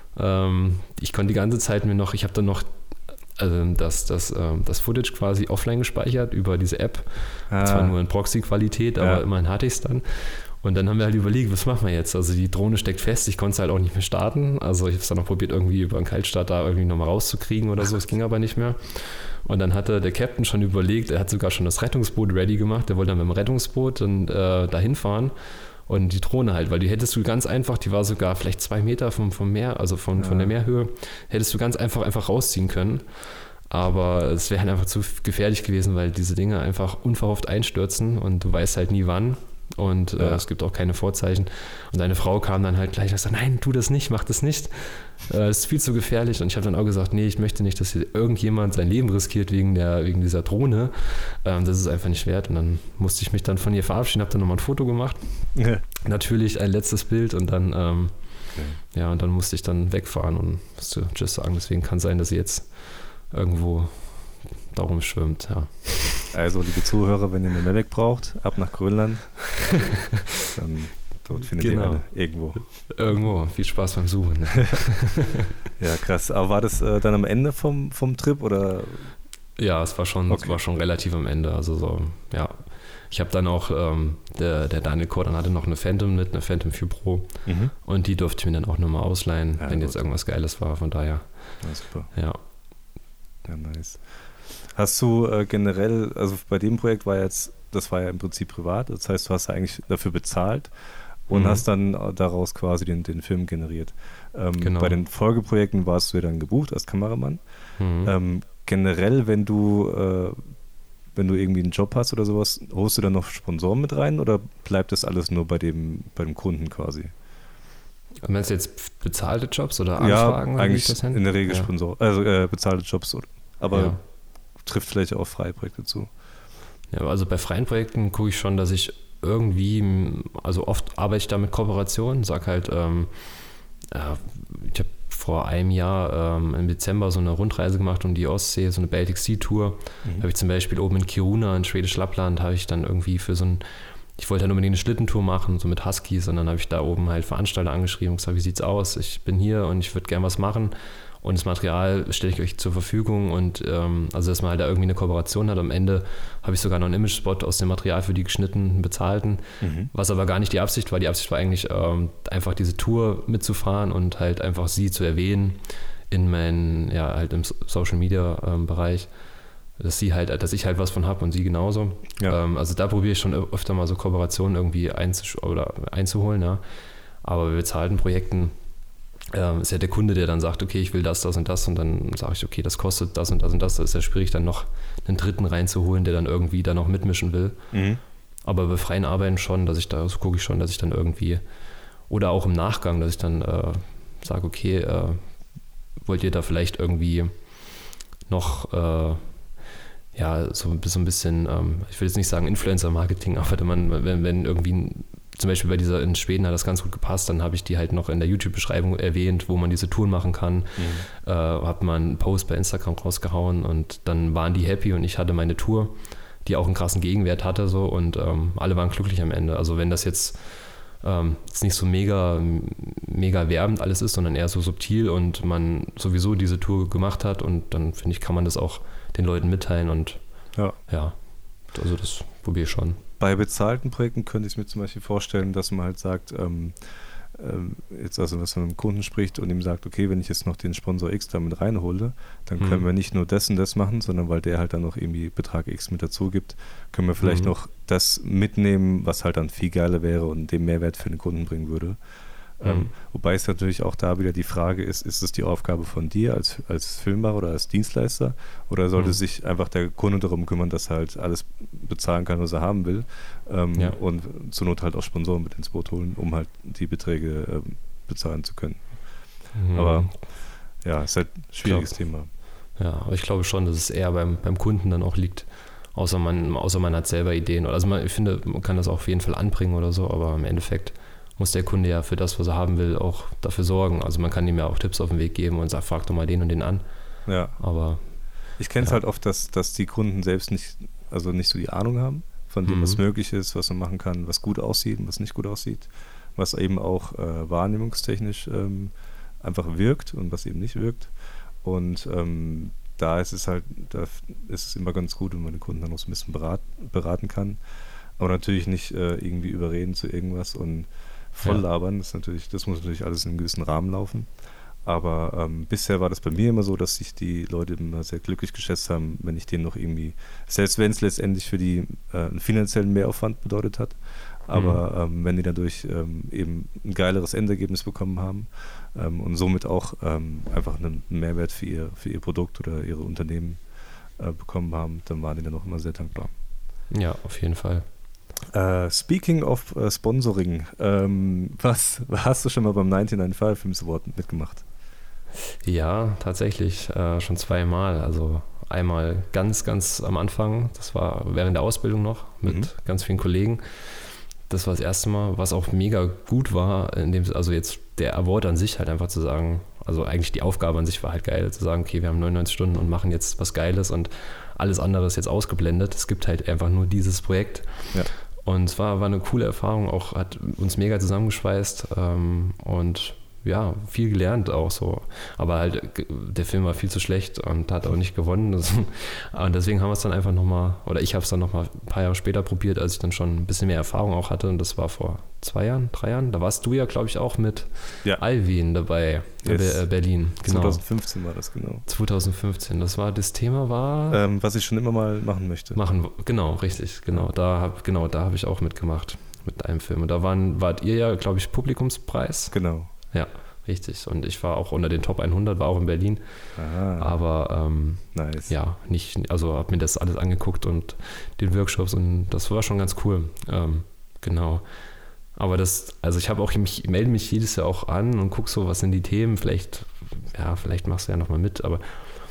Ähm, ich konnte die ganze Zeit mir noch, ich habe dann noch also das, das, das Footage quasi offline gespeichert über diese App. Ah. Zwar nur in Proxy-Qualität, aber ja. immerhin hatte ich es dann. Und dann haben wir halt überlegt, was machen wir jetzt? Also die Drohne steckt fest, ich konnte es halt auch nicht mehr starten. Also ich habe es dann noch probiert, irgendwie über einen Kaltstart da irgendwie nochmal rauszukriegen oder so. Es ging aber nicht mehr. Und dann hatte der Captain schon überlegt, er hat sogar schon das Rettungsboot ready gemacht. Der wollte dann mit dem Rettungsboot dann, äh, dahin fahren. Und die Drohne halt, weil die hättest du ganz einfach, die war sogar vielleicht zwei Meter vom, vom Meer, also von, ja. von der Meerhöhe, hättest du ganz einfach einfach rausziehen können. Aber es wäre halt einfach zu gefährlich gewesen, weil diese Dinge einfach unverhofft einstürzen und du weißt halt nie wann. Und äh, ja. es gibt auch keine Vorzeichen. Und seine Frau kam dann halt gleich und sagte, nein, tu das nicht, mach das nicht. Äh, das ist viel zu gefährlich. Und ich habe dann auch gesagt, nee, ich möchte nicht, dass hier irgendjemand sein Leben riskiert wegen, der, wegen dieser Drohne. Ähm, das ist einfach nicht wert. Und dann musste ich mich dann von ihr verabschieden, habe dann nochmal ein Foto gemacht. Ja. Natürlich ein letztes Bild und dann, ähm, okay. ja, und dann musste ich dann wegfahren und musste Tschüss sagen. Deswegen kann es sein, dass sie jetzt irgendwo darum schwimmt, ja. Also, liebe Zuhörer, wenn ihr eine Medevac braucht, ab nach Grönland, dann dort findet genau. ihr eine irgendwo. Irgendwo. Viel Spaß beim Suchen. Ja, krass. Aber war das äh, dann am Ende vom, vom Trip, oder? Ja, es war schon, okay. es war schon relativ am Ende. Also so, ja. Ich habe dann auch, ähm, der, der Daniel Kordan hatte noch eine Phantom mit, eine Phantom vier Pro. Mhm. Und die durfte ich mir dann auch nochmal ausleihen, ja, wenn gut. jetzt irgendwas Geiles war. Von daher. Ja, super. Ja. Ja, nice. Hast du äh, generell, also bei dem Projekt war jetzt, das war ja im Prinzip privat, das heißt, du hast eigentlich dafür bezahlt und mhm. hast dann daraus quasi den, den Film generiert. Ähm, genau. Bei den Folgeprojekten warst du ja dann gebucht als Kameramann. Mhm. Ähm, generell, wenn du, äh, wenn du irgendwie einen Job hast oder sowas, holst du dann noch Sponsoren mit rein oder bleibt das alles nur bei dem, bei dem Kunden quasi? Meinst du jetzt bezahlte Jobs oder Anfragen? Ja, eigentlich das in der Regel ja. Sponsor, also äh, bezahlte Jobs, aber ja. trifft vielleicht auch freie Projekte zu. Ja, also bei freien Projekten gucke ich schon, dass ich irgendwie, also oft arbeite ich da mit Kooperationen, sag halt, ähm, äh, ich habe vor einem Jahr ähm, im Dezember so eine Rundreise gemacht um die Ostsee, so eine Baltic Sea Tour. Mhm. Habe ich zum Beispiel oben in Kiruna in Schwedisch Lappland, habe ich dann irgendwie für so ein, ich wollte halt unbedingt eine Schlittentour machen, so mit Huskies, und dann habe ich da oben halt Veranstalter angeschrieben und gesagt, wie sieht's aus? Ich bin hier und ich würde gern was machen. Und das Material stelle ich euch zur Verfügung und ähm, also, dass man halt da irgendwie eine Kooperation hat. Am Ende habe ich sogar noch einen Image-Spot aus dem Material für die geschnitten, bezahlten, mhm. was aber gar nicht die Absicht war. Die Absicht war eigentlich ähm, einfach diese Tour mitzufahren und halt einfach sie zu erwähnen in meinen, ja, halt im Social-Media-Bereich, ähm, dass sie halt, dass ich halt was von habe und sie genauso. Ja. Ähm, also da probiere ich schon öfter mal so Kooperationen irgendwie einzusch- oder einzuholen, ja. Aber bei bezahlten Projekten Ähm, ist ja der Kunde, der dann sagt, okay, ich will das, das und das, und dann sage ich, okay, das kostet das und das und das. Das ist ja schwierig, dann noch einen Dritten reinzuholen, der dann irgendwie da noch mitmischen will. Mhm. Aber bei freien Arbeiten schon, dass ich da, so gucke ich schon, dass ich dann irgendwie, oder auch im Nachgang, dass ich dann äh, sage, okay, äh, wollt ihr da vielleicht irgendwie noch, äh, ja, so, so ein bisschen, ähm, ich will jetzt nicht sagen Influencer-Marketing, aber wenn man, wenn, wenn irgendwie ein, zum Beispiel bei dieser in Schweden hat das ganz gut gepasst, dann habe ich die halt noch in der YouTube-Beschreibung erwähnt, wo man diese Touren machen kann. Mhm. Äh, habe mal einen Post bei Instagram rausgehauen und dann waren die happy und ich hatte meine Tour, die auch einen krassen Gegenwert hatte, so, und ähm, alle waren glücklich am Ende. Also wenn das jetzt, ähm, jetzt nicht so mega, mega werbend alles ist, sondern eher so subtil und man sowieso diese Tour gemacht hat, und dann finde ich, kann man das auch den Leuten mitteilen und ja, ja also das probiere ich schon. Bei bezahlten Projekten könnte ich mir zum Beispiel vorstellen, dass man halt sagt, ähm, ähm, jetzt also, dass man mit dem Kunden spricht und ihm sagt, okay, wenn ich jetzt noch den Sponsor X damit reinhole, dann mhm. können wir nicht nur das und das machen, sondern weil der halt dann noch irgendwie Betrag X mit dazu gibt, können wir vielleicht mhm. noch das mitnehmen, was halt dann viel geiler wäre und den Mehrwert für den Kunden bringen würde. Mhm. Ähm, wobei es natürlich auch da wieder die Frage ist, ist es die Aufgabe von dir als, als Filmmacher oder als Dienstleister, oder sollte mhm. sich einfach der Kunde darum kümmern, dass er halt alles bezahlen kann, was er haben will, ähm, ja. und zur Not halt auch Sponsoren mit ins Boot holen, um halt die Beträge ähm, bezahlen zu können. Mhm. Aber ja, ist halt ein schwieriges glaub, Thema. Ja, aber ich glaube schon, dass es eher beim, beim Kunden dann auch liegt, außer man, außer man hat selber Ideen. Also man, ich finde, man kann das auch auf jeden Fall anbringen oder so, aber im Endeffekt muss der Kunde ja für das, was er haben will, auch dafür sorgen. Also man kann ihm ja auch Tipps auf den Weg geben und sagt, frag doch mal den und den an. Ja. Aber ich kenne es ja. halt oft, dass, dass die Kunden selbst nicht, also nicht so die Ahnung haben von dem, mhm. was möglich ist, was man machen kann, was gut aussieht und was nicht gut aussieht, was eben auch äh, wahrnehmungstechnisch ähm, einfach wirkt und was eben nicht wirkt. Und ähm, da ist es halt, da ist es immer ganz gut, wenn man den Kunden dann noch so ein bisschen berat, beraten kann. Aber natürlich nicht äh, irgendwie überreden zu irgendwas und voll labern. Ja. Das ist natürlich, das muss natürlich alles in einem gewissen Rahmen laufen. Aber ähm, bisher war das bei mir immer so, dass sich die Leute immer sehr glücklich geschätzt haben, wenn ich denen noch irgendwie, selbst wenn es letztendlich für die äh, einen finanziellen Mehraufwand bedeutet hat, aber mhm. ähm, wenn die dadurch ähm, eben ein geileres Endergebnis bekommen haben ähm, und somit auch ähm, einfach einen Mehrwert für ihr, für ihr Produkt oder ihre Unternehmen äh, bekommen haben, dann waren die dann auch immer sehr dankbar. Ja, auf jeden Fall. Uh, speaking of uh, Sponsoring, ähm, was hast du schon mal beim neunzehnhundertfünfundneunzig Films Award mitgemacht? Ja, tatsächlich, äh, schon zweimal. Also einmal ganz, ganz am Anfang, das war während der Ausbildung noch mit mhm. ganz vielen Kollegen. Das war das erste Mal, was auch mega gut war, in dem, also jetzt der Award an sich halt einfach zu sagen, also eigentlich die Aufgabe an sich war halt geil, zu sagen, okay, wir haben neunundneunzig Stunden und machen jetzt was Geiles und alles andere ist jetzt ausgeblendet. Es gibt halt einfach nur dieses Projekt. Ja. Und es war, war eine coole Erfahrung, auch hat uns mega zusammengeschweißt ähm, und ja, viel gelernt auch so. Aber halt, der Film war viel zu schlecht und hat auch nicht gewonnen. Das, und deswegen haben wir es dann einfach nochmal, oder ich habe es dann nochmal ein paar Jahre später probiert, als ich dann schon ein bisschen mehr Erfahrung auch hatte. Und das war vor zwei Jahren, drei Jahren. Da warst du ja, glaube ich, auch mit ja. Alvin dabei yes. in Berlin. Genau. zwanzig fünfzehn war das, genau. zwanzig fünfzehn, das war, das Thema war... Ähm, was ich schon immer mal machen möchte. Machen, genau, richtig, genau. Da habe genau, da hab ich auch mitgemacht mit einem Film. Und da waren, wart ihr ja, glaube ich, Publikumspreis. Genau. Ja, richtig. Und ich war auch unter den Top hundert, war auch in Berlin. Aha. Aber ähm, nice. ja, nicht, also habe mir das alles angeguckt und den Workshops und das war schon ganz cool. Ähm, genau. Aber das, also ich habe auch, ich melde mich jedes Jahr auch an und gucke so, was sind die Themen. Vielleicht, ja, vielleicht machst du ja nochmal mit, aber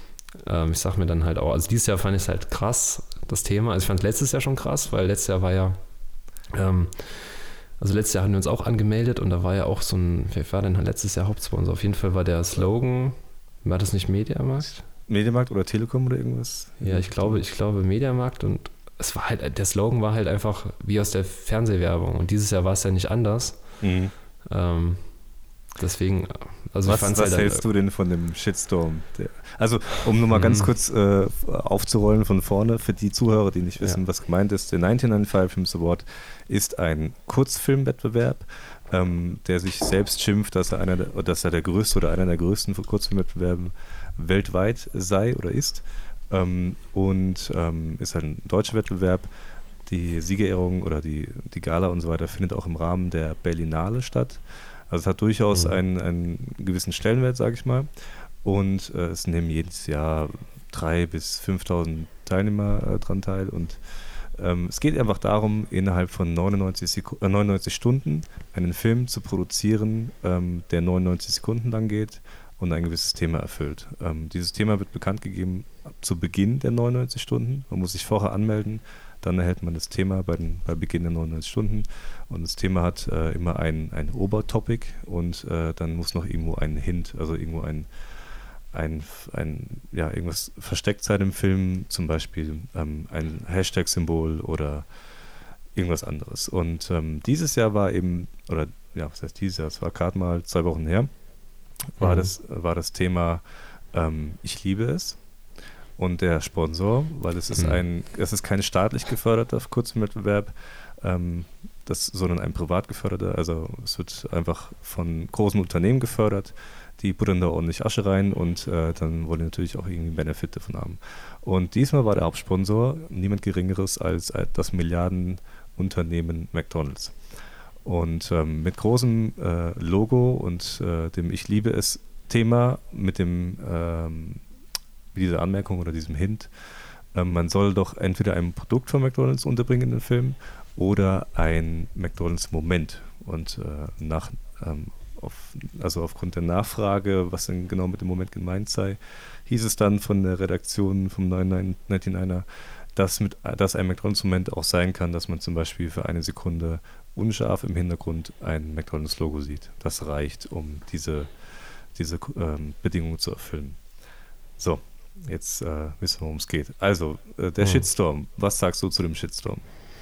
ähm, ich sag mir dann halt auch, also dieses Jahr fand ich es halt krass, das Thema. Also ich fand es letztes Jahr schon krass, weil letztes Jahr war ja, ähm, Also letztes Jahr haben wir uns auch angemeldet und da war ja auch so ein, wer war denn letztes Jahr Hauptsponsor? Auf jeden Fall war der Slogan, war das nicht Mediamarkt? Mediamarkt oder Telekom oder irgendwas? Ja, ich glaube, ich glaube Mediamarkt und es war halt, der Slogan war halt einfach wie aus der Fernsehwerbung und dieses Jahr war es ja nicht anders. Mhm. Ähm, deswegen, also was, ich fand's was halt hältst du denn von dem Shitstorm? Der, also um nur mal mhm. ganz kurz äh, aufzurollen von vorne, für die Zuhörer, die nicht wissen, ja. was gemeint ist, der neunzehnhundertfünfundneunzig Films Award ist ein Kurzfilmwettbewerb, ähm, der sich selbst schimpft, dass er, einer der, dass er der größte oder einer der größten Kurzfilmwettbewerbe weltweit sei oder ist. Ähm, und ähm, ist halt ein deutscher Wettbewerb. Die Siegerehrung oder die, die Gala und so weiter findet auch im Rahmen der Berlinale statt. Also es hat durchaus mhm. einen, einen gewissen Stellenwert, sage ich mal. Und äh, es nehmen jedes Jahr dreitausend bis fünftausend Teilnehmer äh, dran teil. Und ähm, es geht einfach darum, innerhalb von neunundneunzig, Seku- äh, neunundneunzig Stunden einen Film zu produzieren, ähm, der neunundneunzig Sekunden lang geht und ein gewisses Thema erfüllt. Ähm, dieses Thema wird bekannt gegeben zu Beginn der neunundneunzig Stunden. Man muss sich vorher anmelden. Dann erhält man das Thema bei, den, bei Beginn der neunundneunzig Stunden und das Thema hat äh, immer ein, ein Obertopic und äh, dann muss noch irgendwo ein Hint, also irgendwo ein, ein, ein ja, irgendwas versteckt sein im Film, zum Beispiel ähm, ein Hashtag-Symbol oder irgendwas anderes. Und ähm, dieses Jahr war eben, oder ja, was heißt dieses Jahr, es war gerade mal zwei Wochen her, war, mhm. das, war das Thema ähm, Ich liebe es. Und der Sponsor, weil es ist ein, es ist kein staatlich geförderter Kurzfilmwettbewerb, ähm, das, sondern ein privat geförderter. Also es wird einfach von großen Unternehmen gefördert, die buttern da ordentlich Asche rein und äh, dann wollen die natürlich auch irgendwie Benefit davon haben. Und diesmal war der Hauptsponsor niemand Geringeres als das Milliardenunternehmen McDonald's. Und ähm, mit großem äh, Logo und äh, dem Ich liebe es Thema, mit dem ähm, diese Anmerkung oder diesem Hint, ähm, man soll doch entweder ein Produkt von McDonald's unterbringen in den Film oder ein McDonald's-Moment. Und äh, nach, ähm, auf, also aufgrund der Nachfrage, was denn genau mit dem Moment gemeint sei, hieß es dann von der Redaktion vom neunundneunziger, dass, mit, dass ein McDonald's-Moment auch sein kann, dass man zum Beispiel für eine Sekunde unscharf im Hintergrund ein McDonald's-Logo sieht. Das reicht, um diese, diese ähm, Bedingungen zu erfüllen. So. Jetzt äh, wissen wir, worum es geht. Also, äh, der hm. Shitstorm. Was sagst du zu dem Shitstorm?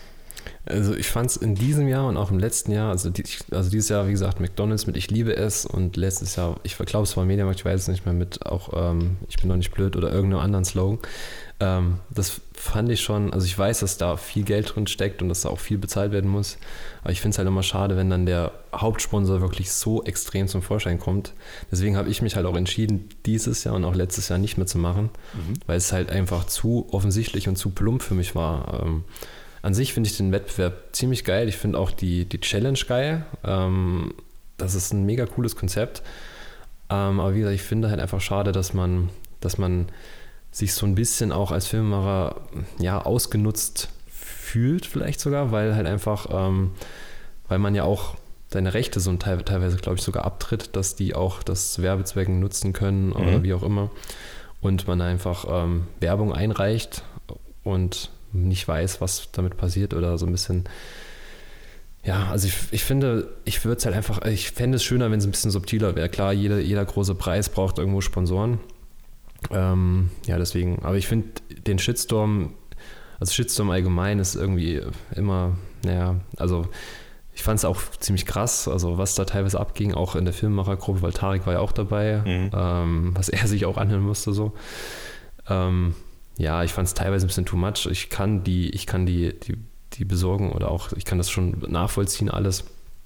Also ich fand es in diesem Jahr und auch im letzten Jahr, also, die, also dieses Jahr, wie gesagt, McDonald's mit Ich liebe es und letztes Jahr, ich glaube, es war Mediamarkt, ich weiß es nicht mehr, mit auch ähm, Ich bin doch nicht blöd oder irgendeinem anderen Slogan. Ähm, das fand ich schon, also ich weiß, dass da viel Geld drin steckt und dass da auch viel bezahlt werden muss, aber ich finde es halt immer schade, wenn dann der Hauptsponsor wirklich so extrem zum Vorschein kommt. Deswegen habe ich mich halt auch entschieden, dieses Jahr und auch letztes Jahr nicht mehr zu machen, mhm. weil es halt einfach zu offensichtlich und zu plump für mich war. Ähm, an sich finde ich den Wettbewerb ziemlich geil. Ich finde auch die, die Challenge geil. Ähm, das ist ein mega cooles Konzept. Ähm, aber wie gesagt, ich finde halt einfach schade, dass man, dass man sich so ein bisschen auch als Filmemacher ja, ausgenutzt fühlt, vielleicht sogar, weil halt einfach, ähm, weil man ja auch seine Rechte so teil, teilweise, glaube ich, sogar abtritt, dass die auch das Werbezwecken nutzen können oder mhm. wie auch immer. Und man einfach ähm, Werbung einreicht und nicht weiß, was damit passiert oder so ein bisschen. Ja, also ich, ich finde, ich würde es halt einfach, ich fände es schöner, wenn es ein bisschen subtiler wäre. Klar, jeder, jeder große Preis braucht irgendwo Sponsoren. Ähm, ja, deswegen, aber ich finde den Shitstorm, also Shitstorm allgemein ist irgendwie immer, naja, also ich fand es auch ziemlich krass, also was da teilweise abging, auch in der Filmemachergruppe, weil Tarek war ja auch dabei, mhm. ähm, was er sich auch anhören musste so. Ähm, ja, ich fand es teilweise ein bisschen too much. Ich kann die, ich kann die, die, die besorgen oder auch, ich kann das schon nachvollziehen alles.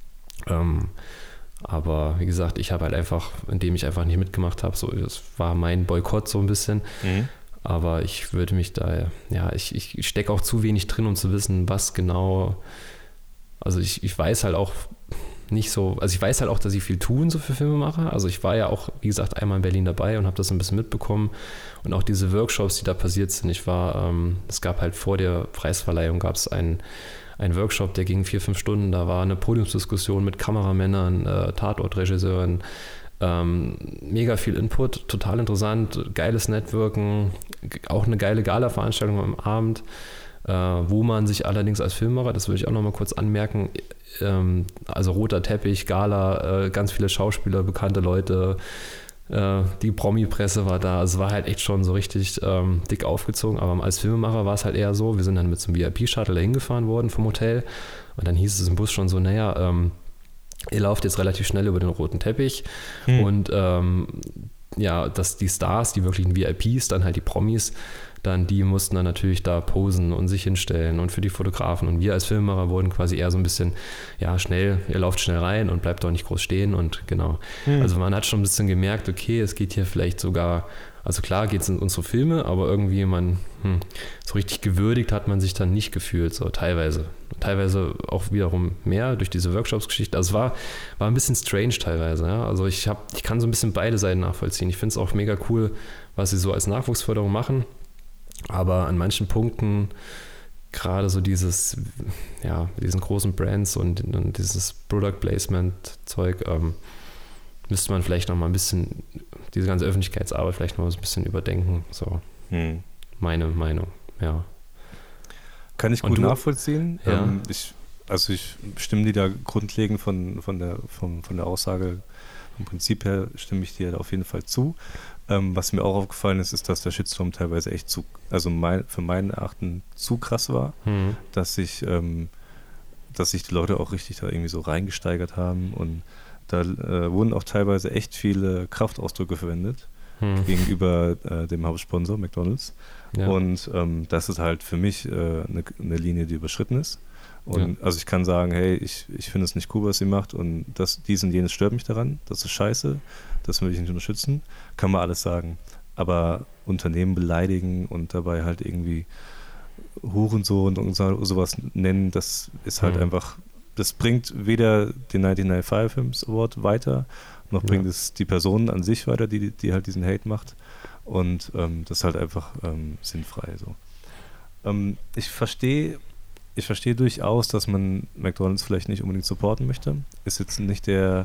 Ähm, aber wie gesagt, ich habe halt einfach, indem ich einfach nicht mitgemacht habe, so, das war mein Boykott so ein bisschen. Mhm. Aber ich würde mich da, ja, ich, ich stecke auch zu wenig drin, um zu wissen, was genau. Also ich, ich weiß halt auch nicht so, also ich weiß halt auch, dass sie viel tun so für Filmemacher. Also ich war ja auch, wie gesagt, einmal in Berlin dabei und habe das ein bisschen mitbekommen. Und auch diese Workshops, die da passiert sind. Ich war, ähm, es gab halt vor der Preisverleihung gab es einen, einen Workshop, der ging vier, fünf Stunden. Da war eine Podiumsdiskussion mit Kameramännern, äh, Tatortregisseuren, ähm, mega viel Input, total interessant, geiles Networken, auch eine geile Gala-Veranstaltung am Abend. Äh, wo man sich allerdings als Filmemacher, das würde ich auch nochmal kurz anmerken, ähm, also roter Teppich, Gala, äh, ganz viele Schauspieler, bekannte Leute, äh, die Promi-Presse war da, also es war halt echt schon so richtig ähm, dick aufgezogen, aber als Filmemacher war es halt eher so, wir sind dann mit so einem V I P-Shuttle da hingefahren worden vom Hotel und dann hieß es im Bus schon so, naja, ähm, ihr lauft jetzt relativ schnell über den roten Teppich hm. und ähm, ja, dass die Stars, die wirklichen V I Ps, dann halt die Promis, dann die mussten dann natürlich da posen und sich hinstellen und für die Fotografen und wir als Filmemacher wurden quasi eher so ein bisschen, ja schnell, ihr lauft schnell rein und bleibt doch nicht groß stehen und genau. Hm. Also man hat schon ein bisschen gemerkt, okay, es geht hier vielleicht sogar, also klar geht es in unsere Filme, aber irgendwie man, hm, so richtig gewürdigt hat man sich dann nicht gefühlt, so teilweise. Teilweise auch wiederum mehr durch diese Workshops-Geschichte. Also es war, war ein bisschen strange teilweise. Ja? Also ich, hab, ich kann so ein bisschen beide Seiten nachvollziehen. Ich finde es auch mega cool, was sie so als Nachwuchsförderung machen. Aber an manchen Punkten, gerade so dieses, ja, mit diesen großen Brands und, und dieses Product Placement-Zeug, ähm, müsste man vielleicht noch mal ein bisschen, diese ganze Öffentlichkeitsarbeit vielleicht noch mal so ein bisschen überdenken. So, hm. meine Meinung, ja. Kann ich gut du, nachvollziehen. Ja. Ähm, ich, also ich stimme dir da grundlegend von, von, der, von, von der Aussage, vom Prinzip her stimme ich dir da auf jeden Fall zu. Ähm, was mir auch aufgefallen ist, ist, dass der Shitstorm teilweise echt zu, also mein, für meinen Erachten zu krass war, mhm. dass sich, ähm, dass sich die Leute auch richtig da irgendwie so reingesteigert haben und da äh, wurden auch teilweise echt viele Kraftausdrücke verwendet mhm. gegenüber äh, dem Hauptsponsor McDonald's. Ja. Und ähm, das ist halt für mich äh, eine, eine Linie, die überschritten ist. Und ja. also ich kann sagen, hey, ich, ich finde es nicht cool, was sie macht und das, dies und jenes stört mich daran, das ist scheiße, das will ich nicht unterstützen, kann man alles sagen. Aber Unternehmen beleidigen und dabei halt irgendwie Hurensohn und so, sowas nennen, das ist halt mhm. einfach, das bringt weder den neunzehnhundertfünfundneunzig Films Award weiter, noch bringt ja. es die Person an sich weiter, die, die halt diesen Hate macht. Und ähm, das ist halt einfach ähm, sinnfrei. So. Ähm, ich verstehe Ich verstehe durchaus, dass man McDonald's vielleicht nicht unbedingt supporten möchte. Ist jetzt nicht der,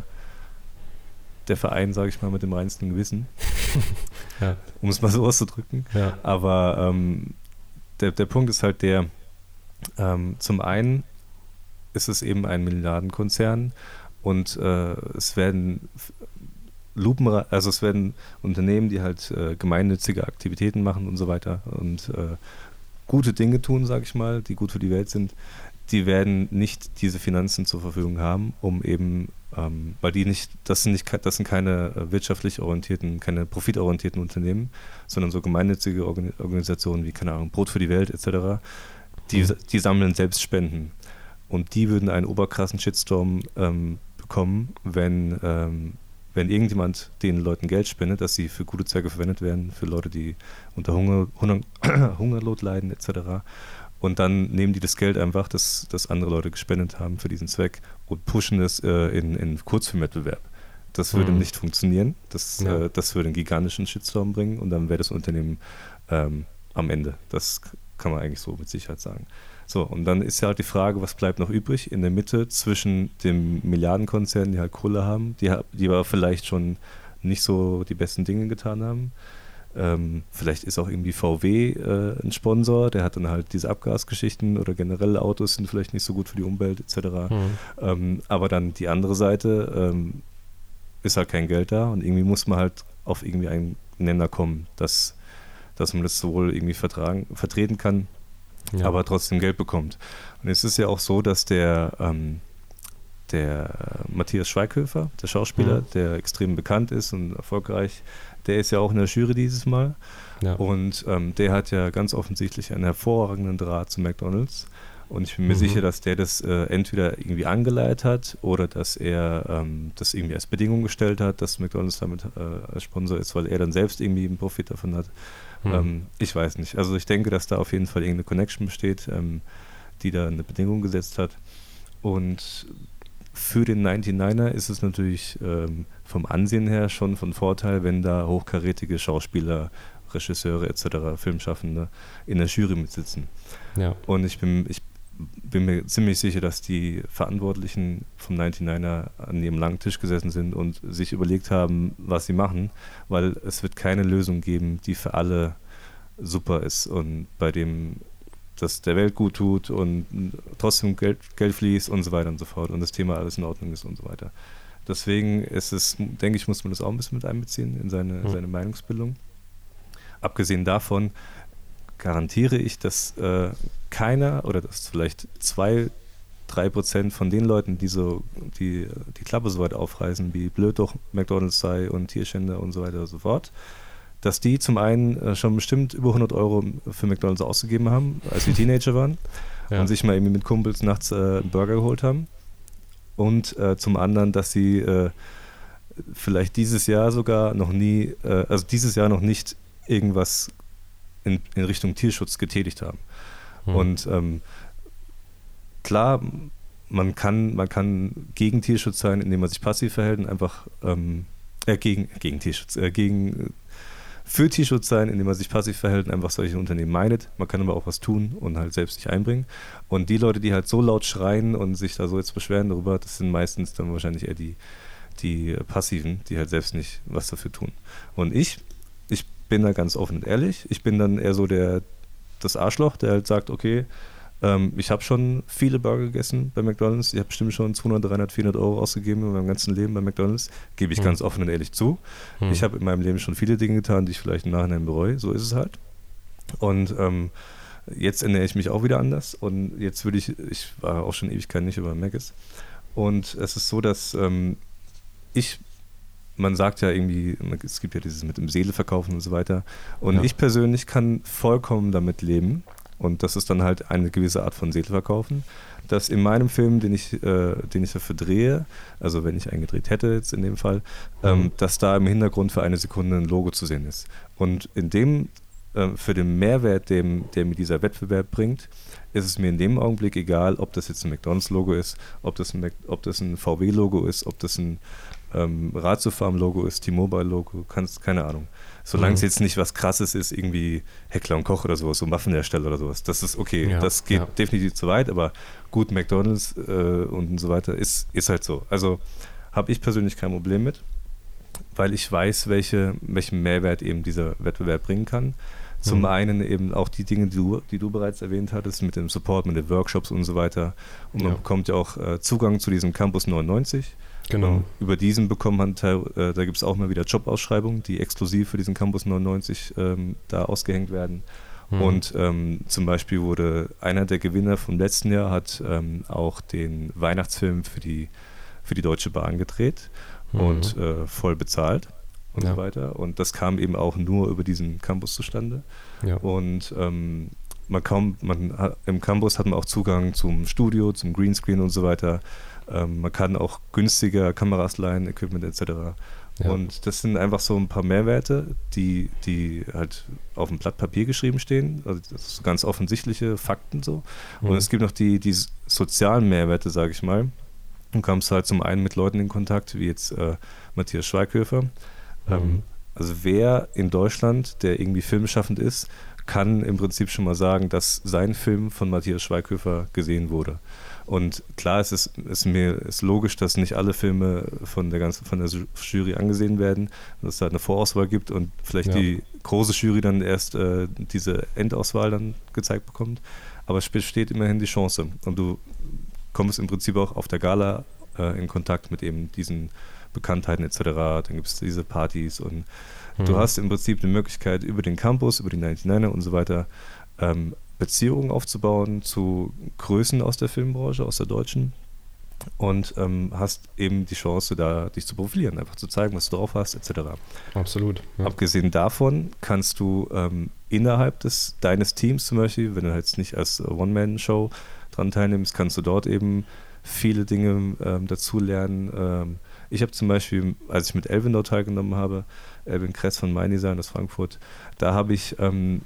der Verein, sage ich mal, mit dem reinsten Gewissen, ja. um es mal so auszudrücken. Ja. Aber ähm, der, der Punkt ist halt der, ähm, zum einen ist es eben ein Milliardenkonzern und äh, es werden Lupen, also es werden Unternehmen, die halt äh, gemeinnützige Aktivitäten machen und so weiter und äh, gute Dinge tun, sage ich mal, die gut für die Welt sind, die werden nicht diese Finanzen zur Verfügung haben, um eben, ähm, weil die nicht, das sind nicht, das sind keine wirtschaftlich orientierten, keine profitorientierten Unternehmen, sondern so gemeinnützige Organisationen wie, keine Ahnung, Brot für die Welt et cetera, die, mhm. die sammeln selbst Spenden. Und die würden einen oberkrassen Shitstorm ähm, bekommen, wenn ähm, wenn irgendjemand den Leuten Geld spendet, dass sie für gute Zwecke verwendet werden, für Leute, die unter Hunger, Hunger, Hungerlot leiden et cetera. und dann nehmen die das Geld einfach, das, das andere Leute gespendet haben für diesen Zweck und pushen es äh, in, in Kurzfilmwettbewerb. Das würde mhm. nicht funktionieren. Das, ja. äh, das würde einen gigantischen Shitstorm bringen und dann wäre das Unternehmen ähm, am Ende. Das kann man eigentlich so mit Sicherheit sagen. So, und dann ist ja halt die Frage, was bleibt noch übrig in der Mitte zwischen dem Milliardenkonzernen, die halt Kohle haben, die, die aber vielleicht schon nicht so die besten Dinge getan haben. Ähm, vielleicht ist auch irgendwie V W äh, ein Sponsor, der hat dann halt diese Abgasgeschichten oder generell Autos sind vielleicht nicht so gut für die Umwelt et cetera. Mhm. Ähm, aber dann die andere Seite, ähm, ist halt kein Geld da und irgendwie muss man halt auf irgendwie einen Nenner kommen, dass, dass man das sowohl irgendwie vertragen, vertreten kann, ja. aber trotzdem Geld bekommt. Und es ist ja auch so, dass der, ähm, der Matthias Schweighöfer, der Schauspieler, mhm. der extrem bekannt ist und erfolgreich, der ist ja auch in der Jury dieses Mal ja. und ähm, der hat ja ganz offensichtlich einen hervorragenden Draht zu McDonald's. Und ich bin mir mhm. sicher, dass der das äh, entweder irgendwie angeleitet hat oder dass er ähm, das irgendwie als Bedingung gestellt hat, dass McDonald's damit äh, als Sponsor ist, weil er dann selbst irgendwie einen Profit davon hat. Mhm. Ähm, ich weiß nicht. Also ich denke, dass da auf jeden Fall irgendeine Connection besteht, ähm, die da eine Bedingung gesetzt hat. Und für den neunundneunziger ist es natürlich ähm, vom Ansehen her schon von Vorteil, wenn da hochkarätige Schauspieler, Regisseure et cetera, Filmschaffende in der Jury mitsitzen. Ja. Und ich bin, ich bin mir ziemlich sicher, dass die Verantwortlichen vom neunundneunziger an ihrem langen Tisch gesessen sind und sich überlegt haben, was sie machen, weil es wird keine Lösung geben, die für alle super ist und bei dem das der Welt gut tut und trotzdem Geld, Geld fließt und so weiter und so fort und das Thema alles in Ordnung ist und so weiter. Deswegen ist es, denke ich, muss man das auch ein bisschen mit einbeziehen in seine, mhm. seine Meinungsbildung. Abgesehen davon garantiere ich, dass äh, keiner oder dass vielleicht zwei, drei Prozent von den Leuten, die so die, die Klappe so weit aufreißen, wie blöd doch McDonald's sei und Tierschänder und so weiter und so fort, dass die zum einen äh, schon bestimmt über hundert Euro für McDonald's ausgegeben haben, als sie Teenager waren ja. und sich mal irgendwie mit Kumpels nachts äh, einen Burger geholt haben und äh, zum anderen, dass sie äh, vielleicht dieses Jahr sogar noch nie, äh, also dieses Jahr noch nicht irgendwas in, in Richtung Tierschutz getätigt haben. Hm. Und ähm, klar, man kann, man kann gegen Tierschutz sein, indem man sich passiv verhält und einfach ähm, äh, gegen, gegen Tierschutz, äh, gegen für Tierschutz sein, indem man sich passiv verhält und einfach solche Unternehmen meidet. Man kann aber auch was tun und halt selbst sich einbringen. Und die Leute, die halt so laut schreien und sich da so jetzt beschweren darüber, das sind meistens dann wahrscheinlich eher die, die Passiven, die halt selbst nicht was dafür tun. Und ich, ich bin da ganz offen und ehrlich. Ich bin dann eher so der, das Arschloch, der halt sagt, okay, ähm, ich habe schon viele Burger gegessen bei McDonald's. Ich habe bestimmt schon zweihundert, dreihundert, vierhundert Euro ausgegeben in meinem ganzen Leben bei McDonald's. Gebe ich hm. ganz offen und ehrlich zu. Hm. Ich habe in meinem Leben schon viele Dinge getan, die ich vielleicht im Nachhinein bereue. So ist es halt. Und ähm, jetzt ernähre ich mich auch wieder anders. Und jetzt würde ich, ich war auch schon Ewigkeit nicht über Mc's. Und es ist so, dass ähm, ich man sagt ja irgendwie, es gibt ja dieses mit dem Seele verkaufen und so weiter. Und ja. ich persönlich kann vollkommen damit leben. Und das ist dann halt eine gewisse Art von Seele verkaufen, dass in meinem Film, den ich, äh, den ich dafür drehe, also wenn ich einen gedreht hätte jetzt in dem Fall, mhm. ähm, dass da im Hintergrund für eine Sekunde ein Logo zu sehen ist. Und in dem, äh, für den Mehrwert, dem, der mir dieser Wettbewerb bringt, ist es mir in dem Augenblick egal, ob das jetzt ein McDonald's-Logo ist, ob das ein, Mac- ob das ein V W-Logo ist, ob das ein ähm, Ratiofarm-Logo ist, T-Mobile-Logo, kannst, keine Ahnung. Solange mhm. es jetzt nicht was Krasses ist, irgendwie Heckler und Koch oder sowas, so Waffenhersteller oder sowas, das ist okay. Ja, das geht ja. definitiv zu weit, aber gut, McDonald's äh, und so weiter ist, ist halt so. Also habe ich persönlich kein Problem mit, weil ich weiß, welche, welchen Mehrwert eben dieser Wettbewerb bringen kann. Zum mhm. einen eben auch die Dinge, die du, die du bereits erwähnt hattest, mit dem Support, mit den Workshops und so weiter. Und man ja. bekommt ja auch äh, Zugang zu diesem Campus neunundneunzig. Genau. Und über diesen bekommt man, äh, da gibt es auch mal wieder Jobausschreibungen, die exklusiv für diesen Campus neunundneunzig ähm, da ausgehängt werden. Mhm. Und ähm, zum Beispiel wurde einer der Gewinner vom letzten Jahr, hat ähm, auch den Weihnachtsfilm für die, für die Deutsche Bahn gedreht mhm. und äh, voll bezahlt. Und ja. so weiter. Und das kam eben auch nur über diesen Campus zustande. Ja. Und ähm, man kaum, man hat, im Campus hat man auch Zugang zum Studio, zum Greenscreen und so weiter. Ähm, man kann auch günstiger Kameras leihen, Equipment et cetera. Ja. Und das sind einfach so ein paar Mehrwerte, die, die halt auf dem Blatt Papier geschrieben stehen. Also das sind ganz offensichtliche Fakten so. Mhm. Und es gibt noch die, die sozialen Mehrwerte, sage ich mal. Du kommst halt zum einen mit Leuten in Kontakt, wie jetzt äh, Matthias Schweighöfer. Mhm. Ähm, also wer in Deutschland, der irgendwie filmschaffend ist, kann im Prinzip schon mal sagen, dass sein Film von Matthias Schweighöfer gesehen wurde. Und klar, es ist, ist mir ist logisch, dass nicht alle Filme von der ganzen von der Jury angesehen werden, dass es da eine Vorauswahl gibt und vielleicht ja. die große Jury dann erst äh, diese Endauswahl dann gezeigt bekommt. Aber es besteht immerhin die Chance. Und du kommst im Prinzip auch auf der Gala äh, in Kontakt mit eben diesen Bekanntheiten et cetera. Dann gibt es diese Partys und mhm. du hast im Prinzip die Möglichkeit, über den Campus, über die neunundneunziger und so weiter ähm, Beziehungen aufzubauen zu Größen aus der Filmbranche, aus der deutschen und ähm, hast eben die Chance, da dich zu profilieren, einfach zu zeigen, was du drauf hast, et cetera. Absolut. Ja. Abgesehen davon kannst du ähm, innerhalb des, deines Teams zum Beispiel, wenn du jetzt nicht als One-Man-Show dran teilnimmst, kannst du dort eben viele Dinge ähm, dazulernen. Ähm, ich habe zum Beispiel, als ich mit Elvin dort teilgenommen habe, Elvin Kress von Mein Design aus Frankfurt, da habe ich ähm,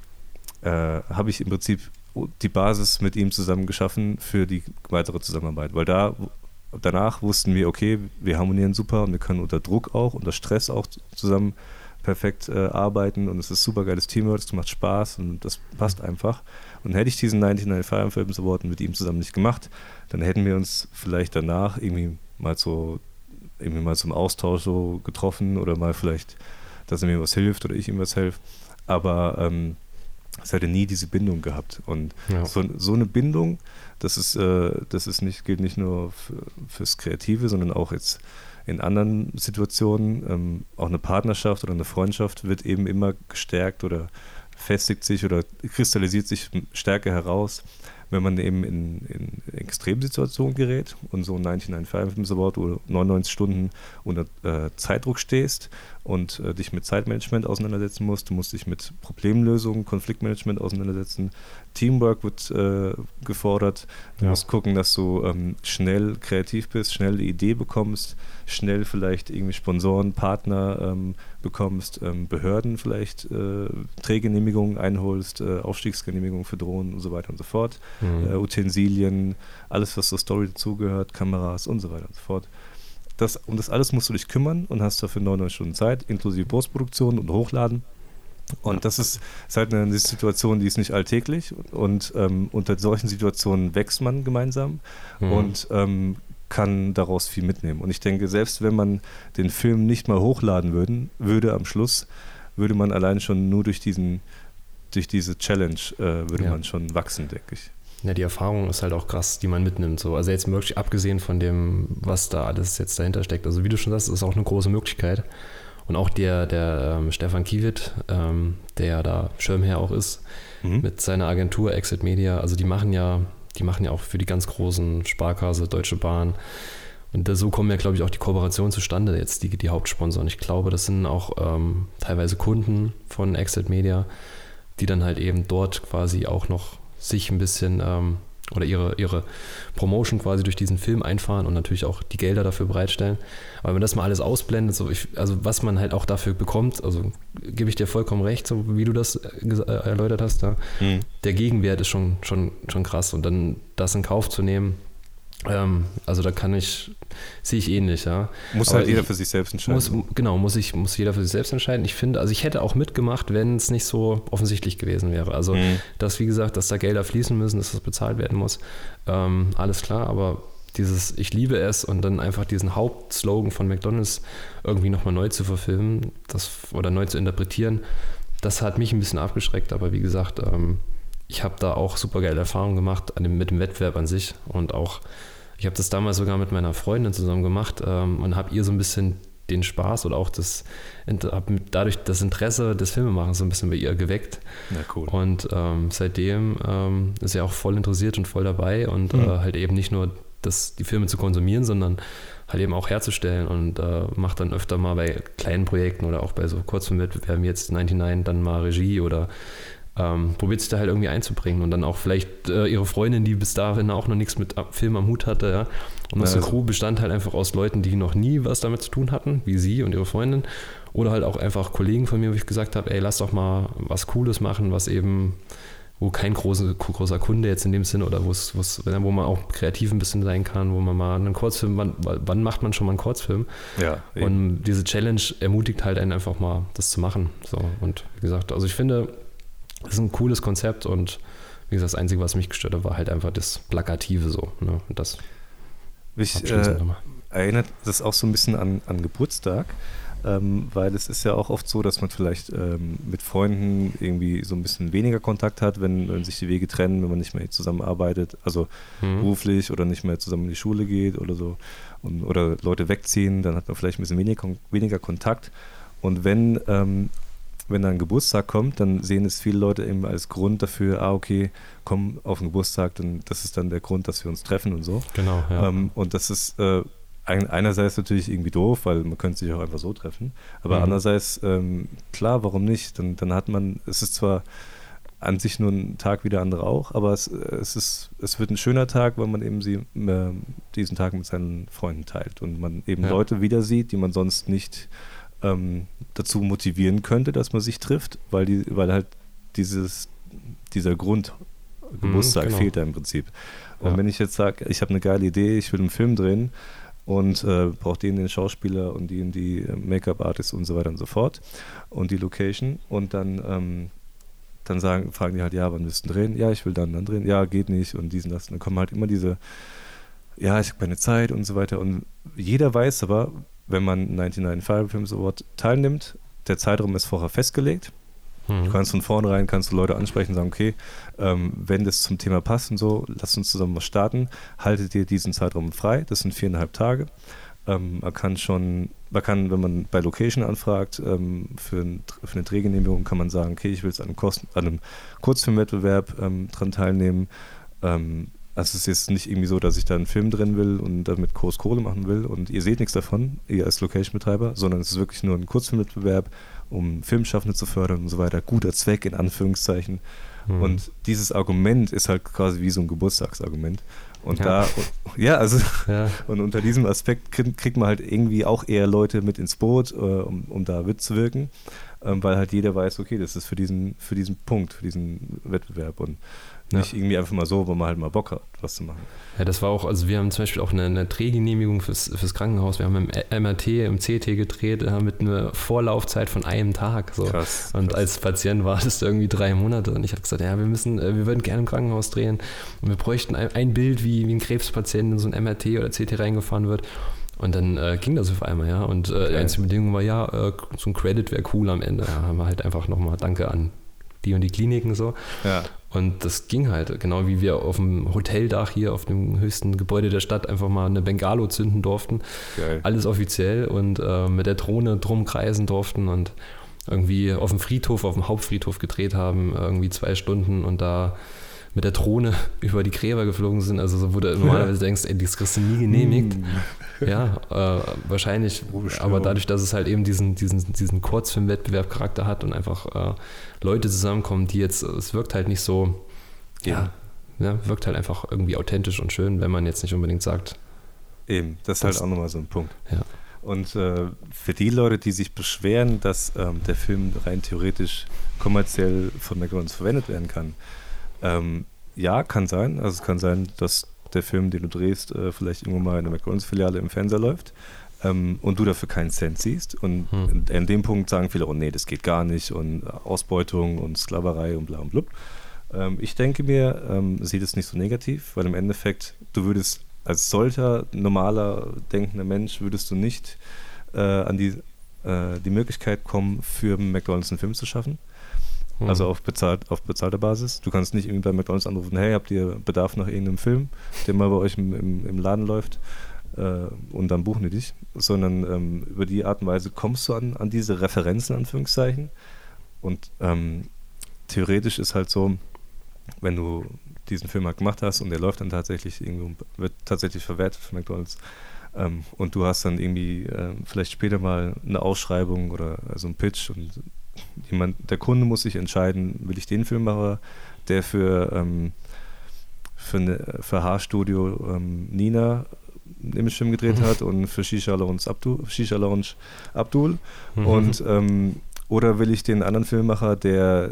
Äh, habe ich im Prinzip die Basis mit ihm zusammen geschaffen für die weitere Zusammenarbeit, weil da danach wussten wir, okay, wir harmonieren super und wir können unter Druck auch, unter Stress auch zusammen perfekt äh, arbeiten und es ist super geiles Teamwork, es macht Spaß und das passt einfach. Und hätte ich diesen neunundneunzig Fire Films Award mit ihm zusammen nicht gemacht, dann hätten wir uns vielleicht danach irgendwie mal so irgendwie mal zum Austausch so getroffen oder mal vielleicht, dass er mir was hilft oder ich ihm was helfe, aber ähm, es hätte nie diese Bindung gehabt. Und ja. so, so eine Bindung, das ist, äh, das ist nicht, gilt nicht nur für, fürs Kreative, sondern auch jetzt in anderen Situationen. Ähm, auch eine Partnerschaft oder eine Freundschaft wird eben immer gestärkt oder festigt sich oder kristallisiert sich stärker heraus, wenn man eben in, in Extremsituationen gerät und so neunundneunzig Fire Films Award, wo du neunundneunzig Stunden unter äh, Zeitdruck stehst und äh, dich mit Zeitmanagement auseinandersetzen musst. Du musst dich mit Problemlösung, Konfliktmanagement auseinandersetzen. Teamwork wird äh, gefordert. Du ja. musst gucken, dass du ähm, schnell kreativ bist, schnell eine Idee bekommst, schnell vielleicht irgendwie Sponsoren, Partner ähm, bekommst, ähm, Behörden vielleicht äh, Drehgenehmigungen einholst, äh, Aufstiegsgenehmigungen für Drohnen und so weiter und so fort. Mhm. Äh, Utensilien, alles, was zur Story dazugehört, Kameras und so weiter und so fort. Das, um das alles musst du dich kümmern und hast dafür neunundneunzig Stunden Zeit, inklusive Postproduktion und Hochladen. Und das ist, ist halt eine Situation, die ist nicht alltäglich. Und ähm, unter solchen Situationen wächst man gemeinsam mhm. und ähm, kann daraus viel mitnehmen. Und ich denke, selbst wenn man den Film nicht mal hochladen würden, würde am Schluss, würde man allein schon nur durch diesen, durch diese Challenge äh, würde ja. man schon wachsen, denke ich. Ja, die Erfahrung ist halt auch krass, die man mitnimmt. So. Also jetzt wirklich abgesehen von dem, was da alles jetzt dahinter steckt. Also wie du schon sagst, ist auch eine große Möglichkeit. Und auch der, der ähm, Stefan Kiewit, ähm, der da Schirmherr auch ist, mhm. mit seiner Agentur Exit Media, also die machen ja, die machen ja auch für die ganz großen Sparkasse, Deutsche Bahn. Und da, so kommen ja, glaube ich, auch die Kooperationen zustande, jetzt die, die Hauptsponsoren. Ich glaube, das sind auch ähm, teilweise Kunden von Exit Media, die dann halt eben dort quasi auch noch sich ein bisschen ähm, oder ihre, ihre Promotion quasi durch diesen Film einfahren und natürlich auch die Gelder dafür bereitstellen. Aber wenn das mal alles ausblendet, so ich, also was man halt auch dafür bekommt, also gebe ich dir vollkommen recht, so wie du das äh, erläutert hast, da, mhm. der Gegenwert ist schon, schon, schon krass und dann das in Kauf zu nehmen, ähm, also da kann ich, sehe ich ähnlich, ja. Muss Aber halt jeder ich, für sich selbst entscheiden. Muss, genau, muss, ich, muss jeder für sich selbst entscheiden. Ich finde, also ich hätte auch mitgemacht, wenn es nicht so offensichtlich gewesen wäre. Also, mhm. dass, wie gesagt, dass da Gelder fließen müssen, dass das bezahlt werden muss, ähm, alles klar, aber dieses Ich liebe es und dann einfach diesen Hauptslogan von McDonald's irgendwie nochmal neu zu verfilmen das, oder neu zu interpretieren, das hat mich ein bisschen abgeschreckt, aber wie gesagt, ähm, ich habe da auch super geile Erfahrungen gemacht an dem, mit dem Wettbewerb an sich und auch, ich habe das damals sogar mit meiner Freundin zusammen gemacht ähm, und habe ihr so ein bisschen den Spaß oder auch das, habe dadurch das Interesse des Filmemachens so ein bisschen bei ihr geweckt. Ja, cool. Und ähm, seitdem ähm, ist sie auch voll interessiert und voll dabei und mhm. äh, halt eben nicht nur das, die Filme zu konsumieren, sondern halt eben auch herzustellen und äh, macht dann öfter mal bei kleinen Projekten oder auch bei so Kurzfilmwettbewerben jetzt neunundneunzig dann mal Regie oder ähm, probiert sich da halt irgendwie einzubringen und dann auch vielleicht äh, ihre Freundin, die bis dahin auch noch nichts mit Film am Hut hatte, ja. Und unsere Also. Crew bestand halt einfach aus Leuten, die noch nie was damit zu tun hatten, wie sie und ihre Freundin. Oder halt auch einfach Kollegen von mir, wo ich gesagt habe, ey, lass doch mal was Cooles machen, was eben, wo kein große, großer Kunde jetzt in dem Sinne oder wo es, wo man auch kreativ ein bisschen sein kann, wo man mal einen Kurzfilm, wann, wann macht man schon mal einen Kurzfilm? Ja, eben. Und diese Challenge ermutigt halt einen einfach mal, das zu machen. So, und wie gesagt, also ich finde, das ist ein cooles Konzept und wie gesagt, das Einzige, was mich gestört hat, war halt einfach das Plakative so. Ne? Und das mich äh, erinnert das auch so ein bisschen an, an Geburtstag. Ähm, weil es ist ja auch oft so, dass man vielleicht ähm, mit Freunden irgendwie so ein bisschen weniger Kontakt hat, wenn, wenn sich die Wege trennen, wenn man nicht mehr zusammenarbeitet, also mhm. beruflich oder nicht mehr zusammen in die Schule geht oder so und, oder Leute wegziehen, dann hat man vielleicht ein bisschen weniger, weniger Kontakt und wenn, ähm, wenn dann ein Geburtstag kommt, dann sehen es viele Leute eben als Grund dafür, ah okay, komm auf den Geburtstag, dann, das ist dann der Grund, dass wir uns treffen und so. Genau, ja. Ähm, und das ist äh, einerseits natürlich irgendwie doof, weil man könnte sich auch einfach so treffen, aber mhm. andererseits, ähm, klar, warum nicht? Dann, dann hat man, es ist zwar an sich nur ein Tag wie der andere auch, aber es, es, ist, es wird ein schöner Tag, weil man eben sie, äh, diesen Tag mit seinen Freunden teilt und man eben ja. Leute wieder sieht, die man sonst nicht ähm, dazu motivieren könnte, dass man sich trifft, weil, die, weil halt dieses, dieser Grund Geburtstag mhm, genau. fehlt da im Prinzip. Und ja. wenn ich jetzt sage, ich habe eine geile Idee, ich will einen Film drehen, und äh, braucht den den Schauspieler und die die Make-up-Artists und so weiter und so fort und die Location und dann ähm, dann sagen, fragen die halt, ja, wann willst du drehen? Ja, ich will dann dann drehen. Ja, geht nicht und diesen, das. Und dann kommen halt immer diese, ja, ich habe keine Zeit und so weiter und jeder weiß aber, wenn man neunundneunzig Fire Films Award teilnimmt, der Zeitraum ist vorher festgelegt. Du kannst von vornherein, kannst du Leute ansprechen und sagen, okay, ähm, wenn das zum Thema passt und so, lass uns zusammen was starten, haltet ihr diesen Zeitraum frei, das sind viereinhalb Tage. Ähm, man kann schon, man kann, wenn man bei Location anfragt, ähm, für, ein, für eine Drehgenehmigung kann man sagen, okay, ich will jetzt an einem, Kosten, an einem Kurzfilmwettbewerb ähm, dran teilnehmen. Ähm, also es ist jetzt nicht irgendwie so, dass ich da einen Film drin will und damit groß Kohle machen will und ihr seht nichts davon, ihr als Location-Betreiber, sondern es ist wirklich nur ein Kurzfilmwettbewerb, um Filmschaffende zu fördern und so weiter. Guter Zweck in Anführungszeichen. Mhm. Und dieses Argument ist halt quasi wie so ein Geburtstagsargument. Und ja. da, ja, also, ja. und unter diesem Aspekt kriegt, kriegt man halt irgendwie auch eher Leute mit ins Boot, äh, um, um da mitzuwirken, ähm, weil halt jeder weiß, okay, das ist für diesen, für diesen Punkt, für diesen Wettbewerb und nicht ja. irgendwie einfach mal so, wo man halt mal Bock hat, was zu machen. Ja, das war auch, also wir haben zum Beispiel auch eine, eine Drehgenehmigung fürs, fürs Krankenhaus. Wir haben im M R T, im C T gedreht äh, mit einer Vorlaufzeit von einem Tag. So. Krass, und krass. Als Patient war das irgendwie drei Monate und ich habe gesagt, ja, wir müssen, äh, wir würden gerne im Krankenhaus drehen und wir bräuchten ein, ein Bild, wie, wie ein Krebspatient in so ein M R T oder C T reingefahren wird. Und dann äh, ging das auf einmal, ja. Und äh, die einzige Bedingung war, ja, äh, so ein Credit wäre cool am Ende. Ja, haben wir halt einfach nochmal Danke an die und die Kliniken so. Ja. Und das ging halt, genau wie wir auf dem Hoteldach hier auf dem höchsten Gebäude der Stadt einfach mal eine Bengalo zünden durften. Geil. Alles offiziell und äh, mit der Drohne drum kreisen durften und irgendwie auf dem Friedhof, auf dem Hauptfriedhof gedreht haben, irgendwie zwei Stunden und da mit der Drohne über die Gräber geflogen sind. Also so, wo du normalerweise denkst, ey, das kriegst du nie genehmigt. Ja, äh, wahrscheinlich, aber dadurch, dass es halt eben diesen, diesen, diesen Kurzfilm-Wettbewerb-Charakter hat und einfach äh, Leute zusammenkommen, die jetzt, es wirkt halt nicht so, ja. ja, ja, wirkt halt einfach irgendwie authentisch und schön, wenn man jetzt nicht unbedingt sagt. Eben, das ist das, halt auch nochmal so ein Punkt. Ja. Und äh, für die Leute, die sich beschweren, dass ähm, der Film rein theoretisch kommerziell von McDonald's verwendet werden kann, ähm, ja, kann sein. Also es kann sein, dass der Film, den du drehst, äh, vielleicht irgendwann mal in der McDonald's-Filiale im Fernseher läuft ähm, und du dafür keinen Cent siehst. Und hm. an dem Punkt sagen viele, oh nee, das geht gar nicht und Ausbeutung und Sklaverei und bla und blub. Ähm, ich denke mir, ähm, sieht es nicht so negativ, weil im Endeffekt, du würdest als solcher normaler, denkender Mensch, würdest du nicht äh, an die, äh, die Möglichkeit kommen, für McDonald's einen Film zu schaffen. Also auf, bezahlt, auf bezahlter Basis. Du kannst nicht irgendwie bei McDonald's anrufen, hey, habt ihr Bedarf nach irgendeinem Film, der mal bei euch im, im, im Laden läuft äh, und dann buchen die dich. Sondern ähm, über die Art und Weise kommst du an, an diese Referenzen, in Anführungszeichen. Und ähm, theoretisch ist halt so, wenn du diesen Film halt gemacht hast und der läuft dann tatsächlich irgendwo, wird tatsächlich verwertet für McDonald's ähm, und du hast dann irgendwie äh, vielleicht später mal eine Ausschreibung oder so einen Pitch und jemand, der Kunde muss sich entscheiden, will ich den Filmemacher, der für, ähm, für, ne, für Haarstudio ähm, Nina Imagefilm gedreht hat und für Shisha Lounge Abdul, Shisha Lounge Abdul mhm. und ähm, oder will ich den anderen Filmemacher, der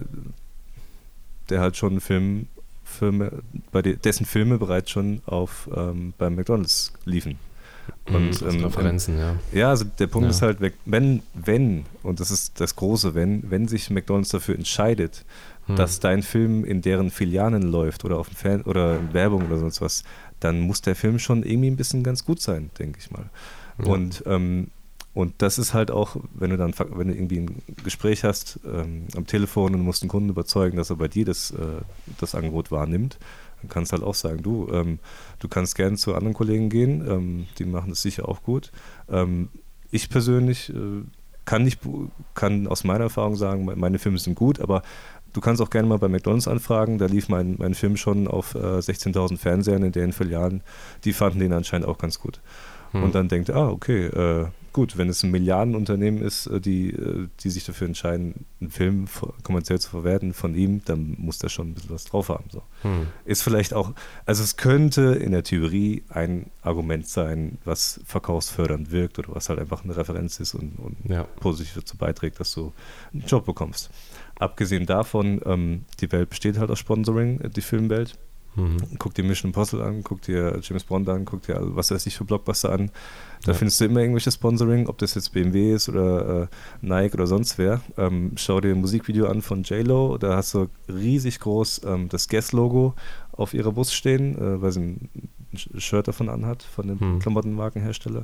der halt schon Film, Filme, bei de, dessen Filme bereits schon auf ähm, beim McDonald's liefen. Und ähm, Referenzen, ja. Ja, also der Punkt ja. ist halt, wenn, wenn, und das ist das große Wenn, wenn sich McDonald's dafür entscheidet, hm. dass dein Film in deren Filialen läuft oder auf dem Fan oder in Werbung oder sonst was, dann muss der Film schon irgendwie ein bisschen ganz gut sein, denke ich mal. Ja. Und, ähm, und das ist halt auch, wenn du dann wenn du irgendwie ein Gespräch hast ähm, am Telefon und musst einen Kunden überzeugen, dass er bei dir das, äh, das Angebot wahrnimmt, dann kannst du halt auch sagen, du, ähm, du kannst gerne zu anderen Kollegen gehen, ähm, die machen das sicher auch gut. Ähm, ich persönlich äh, kann nicht, kann aus meiner Erfahrung sagen, meine Filme sind gut, aber du kannst auch gerne mal bei McDonald's anfragen, da lief mein, mein Film schon auf äh, sechzehntausend Fernsehern in deren Filialen, die fanden den anscheinend auch ganz gut. Hm. Und dann denkt, ah, okay, äh, gut, wenn es ein Milliardenunternehmen ist, die, die sich dafür entscheiden, einen Film kommerziell zu verwerten von ihm, dann muss der schon ein bisschen was drauf haben. So. Hm. Ist vielleicht auch, also es könnte in der Theorie ein Argument sein, was verkaufsfördernd wirkt oder was halt einfach eine Referenz ist und, und ja. positiv dazu beiträgt, dass du einen Job bekommst. Abgesehen davon, ähm, die Welt besteht halt aus Sponsoring, die Filmwelt. Mhm. Guck dir Mission Impossible an, guck dir James Bond an, guck dir was weiß ich für Blockbuster an. Da ja. findest du immer irgendwelche Sponsoring, ob das jetzt B M W ist oder äh, Nike oder sonst wer. Ähm, schau dir ein Musikvideo an von J-Lo, da hast du riesig groß ähm, das Guess-Logo auf ihrer Brust stehen, äh, weil sie ein Shirt davon anhat, von dem mhm. Klamottenmarkenhersteller.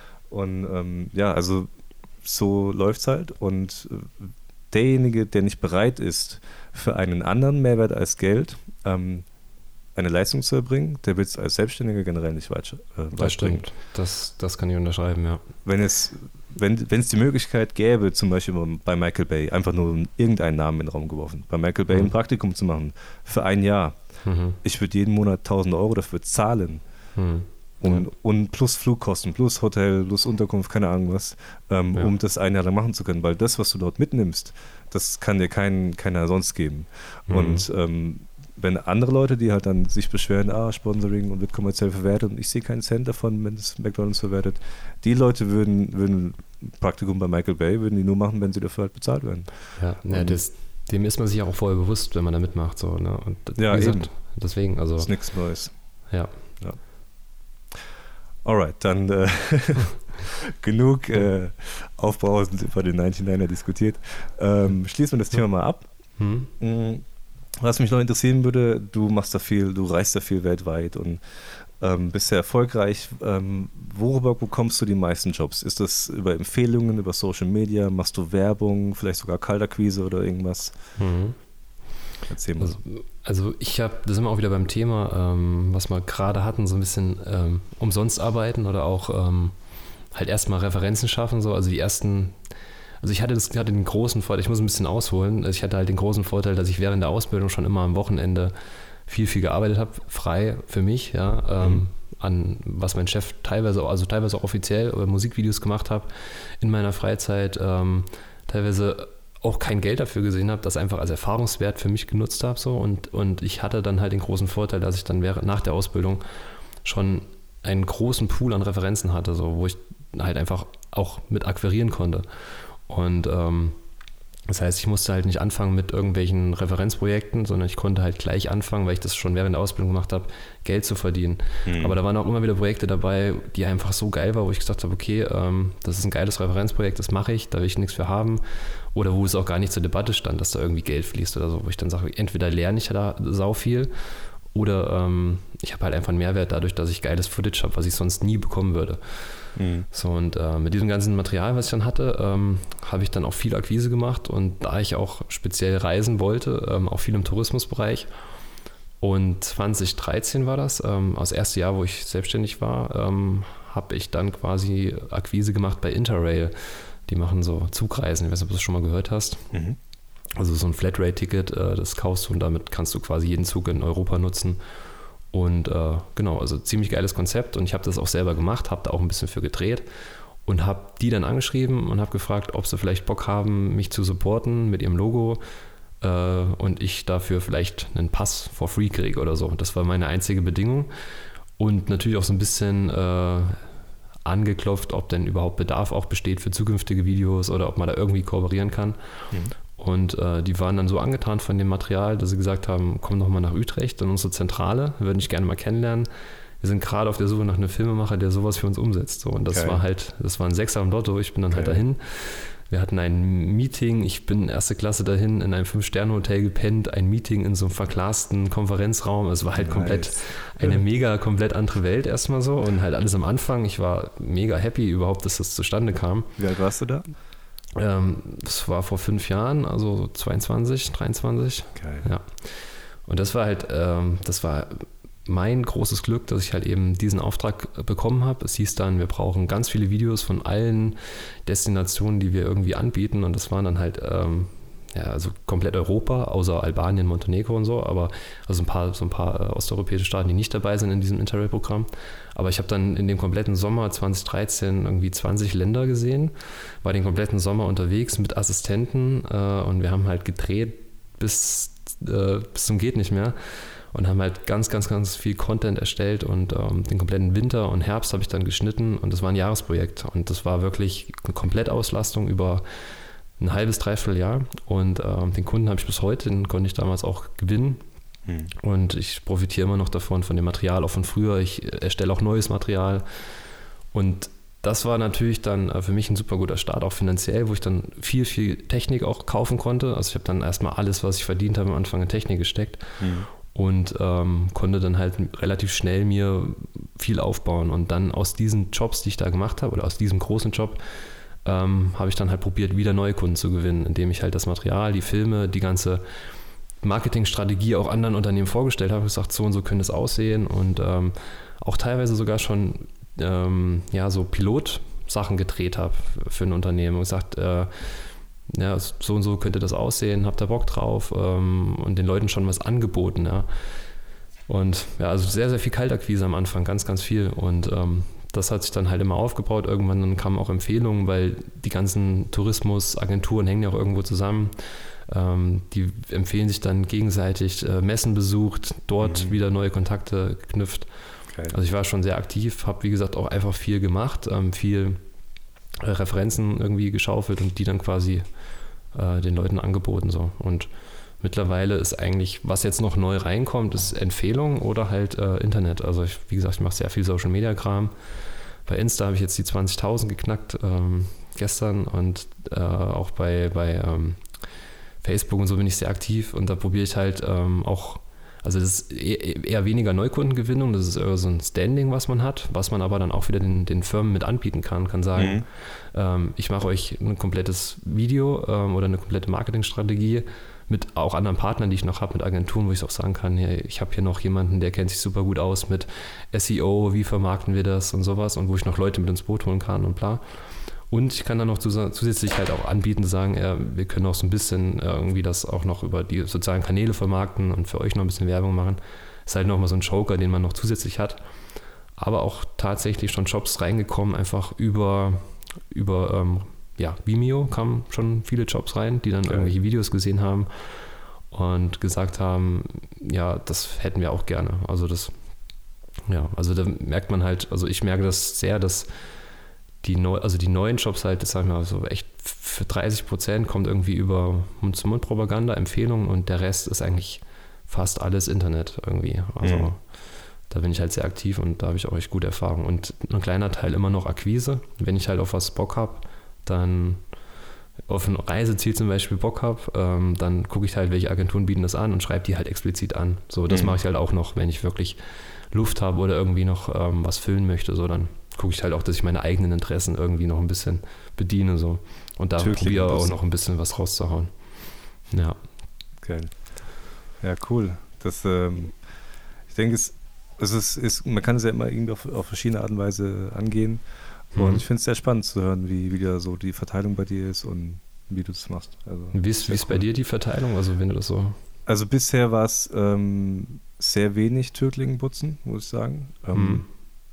Und ähm, ja, also so läuft's halt. Und derjenige, der nicht bereit ist, für einen anderen Mehrwert als Geld ähm, eine Leistung zu erbringen, der wird es als Selbstständiger generell nicht weit, äh, weit Das stimmt, das, das kann ich unterschreiben, ja. Wenn es, wenn, wenn es die Möglichkeit gäbe, zum Beispiel bei Michael Bay, einfach nur irgendeinen Namen in den Raum geworfen, bei Michael Bay mhm. ein Praktikum zu machen, für ein Jahr, mhm. ich würde jeden Monat tausend Euro dafür zahlen, mhm. und, ja. und plus Flugkosten, plus Hotel, plus Unterkunft, keine Ahnung was, ähm, ja. um das ein Jahr lang machen zu können, weil das, was du dort mitnimmst, das kann dir kein, keiner sonst geben. Mhm. Und ähm, wenn andere Leute, die halt dann sich beschweren, ah, Sponsoring und wird kommerziell verwertet und ich sehe keinen Cent davon, wenn es McDonald's verwertet, die Leute würden, würden Praktikum bei Michael Bay, würden die nur machen, wenn sie dafür halt bezahlt werden. Ja, ja das, dem ist man sich auch vorher bewusst, wenn man da mitmacht. So, ne? Und ja, gesagt, eben. Deswegen, also. Das ist nichts Neues. Ja. ja. Alright, dann äh, genug äh, aufbrausend über den neunundneunziger diskutiert. Ähm, schließen wir das Thema mal ab. Hm. Mhm. Was mich noch interessieren würde, du machst da viel, du reist da viel weltweit und ähm, bist sehr erfolgreich. Ähm, worüber bekommst du die meisten Jobs? Ist das über Empfehlungen, über Social Media? Machst du Werbung, vielleicht sogar Kaltakquise oder irgendwas? Mhm. Erzähl mal. Also, also ich habe, da sind wir auch wieder beim Thema, ähm, was wir gerade hatten, so ein bisschen ähm, umsonst arbeiten oder auch ähm, halt erstmal Referenzen schaffen. So. Also die ersten... Also ich hatte, das, hatte den großen Vorteil, ich muss ein bisschen ausholen, also ich hatte halt den großen Vorteil, dass ich während der Ausbildung schon immer am Wochenende viel, viel gearbeitet habe, frei für mich, ja, ähm, mhm. an was mein Chef teilweise, also teilweise auch offiziell oder Musikvideos gemacht habe in meiner Freizeit, ähm, teilweise auch kein Geld dafür gesehen habe, das einfach als Erfahrungswert für mich genutzt habe, so, und, und ich hatte dann halt den großen Vorteil, dass ich dann während, nach der Ausbildung schon einen großen Pool an Referenzen hatte, so, wo ich halt einfach auch mit akquirieren konnte. Und ähm, das heißt, ich musste halt nicht anfangen mit irgendwelchen Referenzprojekten, sondern ich konnte halt gleich anfangen, weil ich das schon während der Ausbildung gemacht habe, Geld zu verdienen. Mhm. Aber da waren auch immer wieder Projekte dabei, die einfach so geil waren, wo ich gesagt habe, okay, ähm, das ist ein geiles Referenzprojekt, das mache ich, da will ich nichts für haben. Oder wo es auch gar nicht zur Debatte stand, dass da irgendwie Geld fließt oder so, wo ich dann sage, entweder lerne ich da sau viel oder ähm, ich habe halt einfach einen Mehrwert dadurch, dass ich geiles Footage habe, was ich sonst nie bekommen würde. Mhm. So, und äh, mit diesem ganzen Material, was ich dann hatte, ähm, habe ich dann auch viel Akquise gemacht und da ich auch speziell reisen wollte, ähm, auch viel im Tourismusbereich. Und zwanzig dreizehn war das, ähm, das erste Jahr, wo ich selbstständig war, ähm, habe ich dann quasi Akquise gemacht bei Interrail. Die machen so Zugreisen, ich weiß nicht, ob du das schon mal gehört hast. Mhm. Also so ein Flatrate-Ticket, äh, das kaufst du und damit kannst du quasi jeden Zug in Europa nutzen. Und äh, genau, also ziemlich geiles Konzept und ich habe das auch selber gemacht, habe da auch ein bisschen für gedreht und habe die dann angeschrieben und habe gefragt, ob sie vielleicht Bock haben, mich zu supporten mit ihrem Logo äh, und ich dafür vielleicht einen Pass for free kriege oder so. Das war meine einzige Bedingung und natürlich auch so ein bisschen äh, angeklopft, ob denn überhaupt Bedarf auch besteht für zukünftige Videos oder ob man da irgendwie kooperieren kann. Mhm. Und äh, die waren dann so angetan von dem Material, dass sie gesagt haben, komm doch mal nach Utrecht in unsere Zentrale, wir würden dich gerne mal kennenlernen. Wir sind gerade auf der Suche nach einem Filmemacher, der sowas für uns umsetzt. So, und das Geil. war halt, das war ein Sechser am Lotto. Ich bin dann Geil. halt dahin. Wir hatten ein Meeting, ich bin erste Klasse dahin, in einem Fünf-Sterne-Hotel gepennt, ein Meeting in so einem verglasten Konferenzraum. Es war halt nice. komplett eine mega, komplett andere Welt erstmal so und halt alles am Anfang. Ich war mega happy überhaupt, dass das zustande kam. Wie alt warst du da? Ähm, das war vor fünf Jahren, also zweiundzwanzig, dreiundzwanzig. Geil. Ja. Und das war halt, ähm, das war mein großes Glück, dass ich halt eben diesen Auftrag bekommen habe. Es hieß dann, wir brauchen ganz viele Videos von allen Destinationen, die wir irgendwie anbieten. Und das waren dann halt ähm, ja, also komplett Europa, außer Albanien, Montenegro und so, aber also ein paar, so ein paar äh, osteuropäische Staaten, die nicht dabei sind in diesem Interrail-Programm. Aber ich habe dann in dem kompletten Sommer zwanzig dreizehn irgendwie zwanzig Länder gesehen, war den kompletten Sommer unterwegs mit Assistenten äh, und wir haben halt gedreht bis, äh, bis zum geht nicht mehr. Und haben halt ganz, ganz, ganz viel Content erstellt und ähm, den kompletten Winter und Herbst habe ich dann geschnitten und das war ein Jahresprojekt und das war wirklich eine Komplettauslastung über ein halbes, dreiviertel Jahr und ähm, den Kunden habe ich bis heute, den konnte ich damals auch gewinnen hm. und ich profitiere immer noch davon, von dem Material, auch von früher, ich erstelle auch neues Material und das war natürlich dann für mich ein super guter Start, auch finanziell, wo ich dann viel, viel Technik auch kaufen konnte, also ich habe dann erstmal alles, was ich verdient habe, am Anfang in Technik gesteckt hm. und ähm, konnte dann halt relativ schnell mir viel aufbauen. Und dann aus diesen Jobs, die ich da gemacht habe, oder aus diesem großen Job, ähm, habe ich dann halt probiert, wieder neue Kunden zu gewinnen, indem ich halt das Material, die Filme, die ganze Marketingstrategie auch anderen Unternehmen vorgestellt habe, gesagt, so und so könnte es aussehen und ähm, auch teilweise sogar schon ähm, ja, so Pilotsachen gedreht habe für ein Unternehmen und gesagt, äh, ja, so und so könnte das aussehen, habt ihr Bock drauf ähm, und den Leuten schon was angeboten, ja. Und ja, also sehr, sehr viel Kaltakquise am Anfang, ganz, ganz viel. Und ähm, das hat sich dann halt immer aufgebaut. Irgendwann dann kamen auch Empfehlungen, weil die ganzen Tourismusagenturen hängen ja auch irgendwo zusammen. Ähm, die empfehlen sich dann gegenseitig, äh, Messen besucht, dort mhm. wieder neue Kontakte geknüpft. Okay. Also ich war schon sehr aktiv, habe wie gesagt auch einfach viel gemacht, ähm, viel Referenzen irgendwie geschaufelt und die dann quasi äh, den Leuten angeboten. So. Und mittlerweile ist eigentlich, was jetzt noch neu reinkommt, ist Empfehlung oder halt äh, Internet. Also ich, wie gesagt, ich mache sehr viel Social-Media-Kram. Bei Insta habe ich jetzt die zwanzigtausend geknackt ähm, gestern und äh, auch bei, bei ähm, Facebook und so bin ich sehr aktiv und da probiere ich halt ähm, auch. Also das ist eher weniger Neukundengewinnung, das ist eher so ein Standing, was man hat, was man aber dann auch wieder den, den Firmen mit anbieten kann, kann sagen, mhm. ähm, ich mache euch ein komplettes Video ähm, oder eine komplette Marketingstrategie mit auch anderen Partnern, die ich noch habe, mit Agenturen, wo ich auch sagen kann, hey, ich habe hier noch jemanden, der kennt sich super gut aus mit S E O, wie vermarkten wir das und sowas und wo ich noch Leute mit ins Boot holen kann und bla. Und ich kann dann noch zusätzlich halt auch anbieten, sagen, ja, wir können auch so ein bisschen irgendwie das auch noch über die sozialen Kanäle vermarkten und für euch noch ein bisschen Werbung machen. Ist halt nochmal so ein Joker, den man noch zusätzlich hat. Aber auch tatsächlich schon Jobs reingekommen, einfach über, über ähm, ja, Vimeo kamen schon viele Jobs rein, die dann okay. irgendwelche Videos gesehen haben und gesagt haben, ja, das hätten wir auch gerne. Also das, ja, also da merkt man halt, also ich merke das sehr, dass Die, neu, also die neuen Jobs halt, das sagen wir mal so echt für dreißig Prozent kommt irgendwie über Mund-zu-Mund-Propaganda, Empfehlungen und der Rest ist eigentlich fast alles Internet irgendwie. Also mhm. da bin ich halt sehr aktiv und da habe ich auch echt gute Erfahrungen. Und ein kleiner Teil immer noch Akquise. Wenn ich halt auf was Bock habe, dann auf ein Reiseziel zum Beispiel Bock habe, ähm, dann gucke ich halt, welche Agenturen bieten das an und schreibe die halt explizit an. So, das mhm. mache ich halt auch noch, wenn ich wirklich Luft habe oder irgendwie noch ähm, was füllen möchte, so dann gucke ich halt auch, dass ich meine eigenen Interessen irgendwie noch ein bisschen bediene. So. Und da probiere auch noch ein bisschen was rauszuhauen. Ja. Geil. Ja, cool. Das, ähm, ich denke, es, es ist, ist, man kann es ja immer irgendwie auf, auf verschiedene Art und Weise angehen. Und mhm. ich finde es sehr spannend zu hören, wie, wie da so die Verteilung bei dir ist und wie du das machst. Also, wie ist es cool. bei dir die Verteilung? Also wenn du das so... Also bisher war es ähm, sehr wenig Türklingenputzen, muss ich sagen. Ähm, mhm.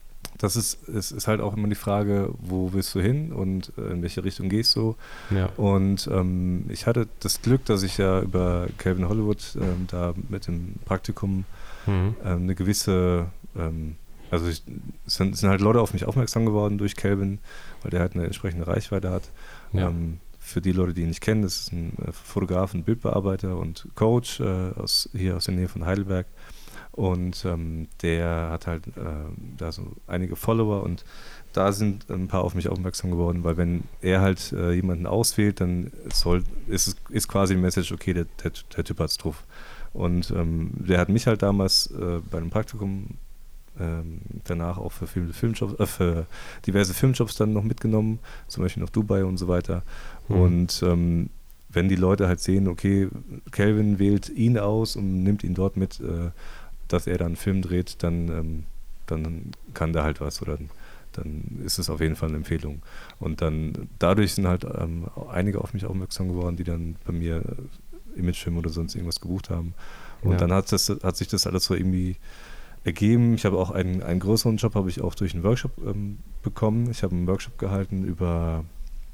das ist, es ist halt auch immer die Frage, wo willst du hin und in welche Richtung gehst du? Ja. Und ähm, ich hatte das Glück, dass ich ja über Calvin Hollywood ähm, da mit dem Praktikum mhm. ähm, eine gewisse, ähm, also ich, es sind, es sind halt Leute auf mich aufmerksam geworden durch Calvin, weil der halt eine entsprechende Reichweite hat. Ja. Ähm, für die Leute, die ihn nicht kennen, das ist ein äh, Fotograf, ein Bildbearbeiter und Coach äh, aus, hier aus der Nähe von Heidelberg. Und ähm, der hat halt äh, da so einige Follower und da sind ein paar auf mich aufmerksam geworden, weil wenn er halt äh, jemanden auswählt, dann soll, ist es ist quasi die Message, okay, der, der, der Typ hat's drauf. Und ähm, der hat mich halt damals äh, bei einem Praktikum ähm, danach auch für viele Filmjobs, äh, für diverse Filmjobs dann noch mitgenommen, zum Beispiel nach Dubai und so weiter. Mhm. Und ähm, wenn die Leute halt sehen, okay, Calvin wählt ihn aus und nimmt ihn dort mit, äh, dass er dann einen Film dreht, dann, ähm, dann kann der halt was oder dann, dann ist es auf jeden Fall eine Empfehlung. Und dann dadurch sind halt ähm, einige auf mich aufmerksam geworden, die dann bei mir äh, Imagefilm oder sonst irgendwas gebucht haben. Und ja. dann hat, das, hat sich das alles so irgendwie ergeben. Ich habe auch einen, einen größeren Job, habe ich auch durch einen Workshop ähm, bekommen. Ich habe einen Workshop gehalten über,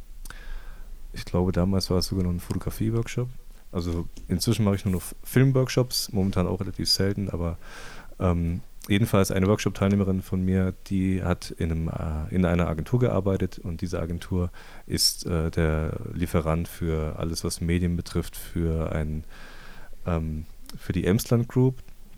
ich glaube damals war es sogar noch ein Fotografie-Workshop. Also inzwischen mache ich nur noch Film-Workshops, momentan auch relativ selten, aber ähm, jedenfalls eine Workshop-Teilnehmerin von mir, die hat in, einem, äh, in einer Agentur gearbeitet und diese Agentur ist äh, der Lieferant für alles, was Medien betrifft, für, ein, ähm, für die Emsland Group.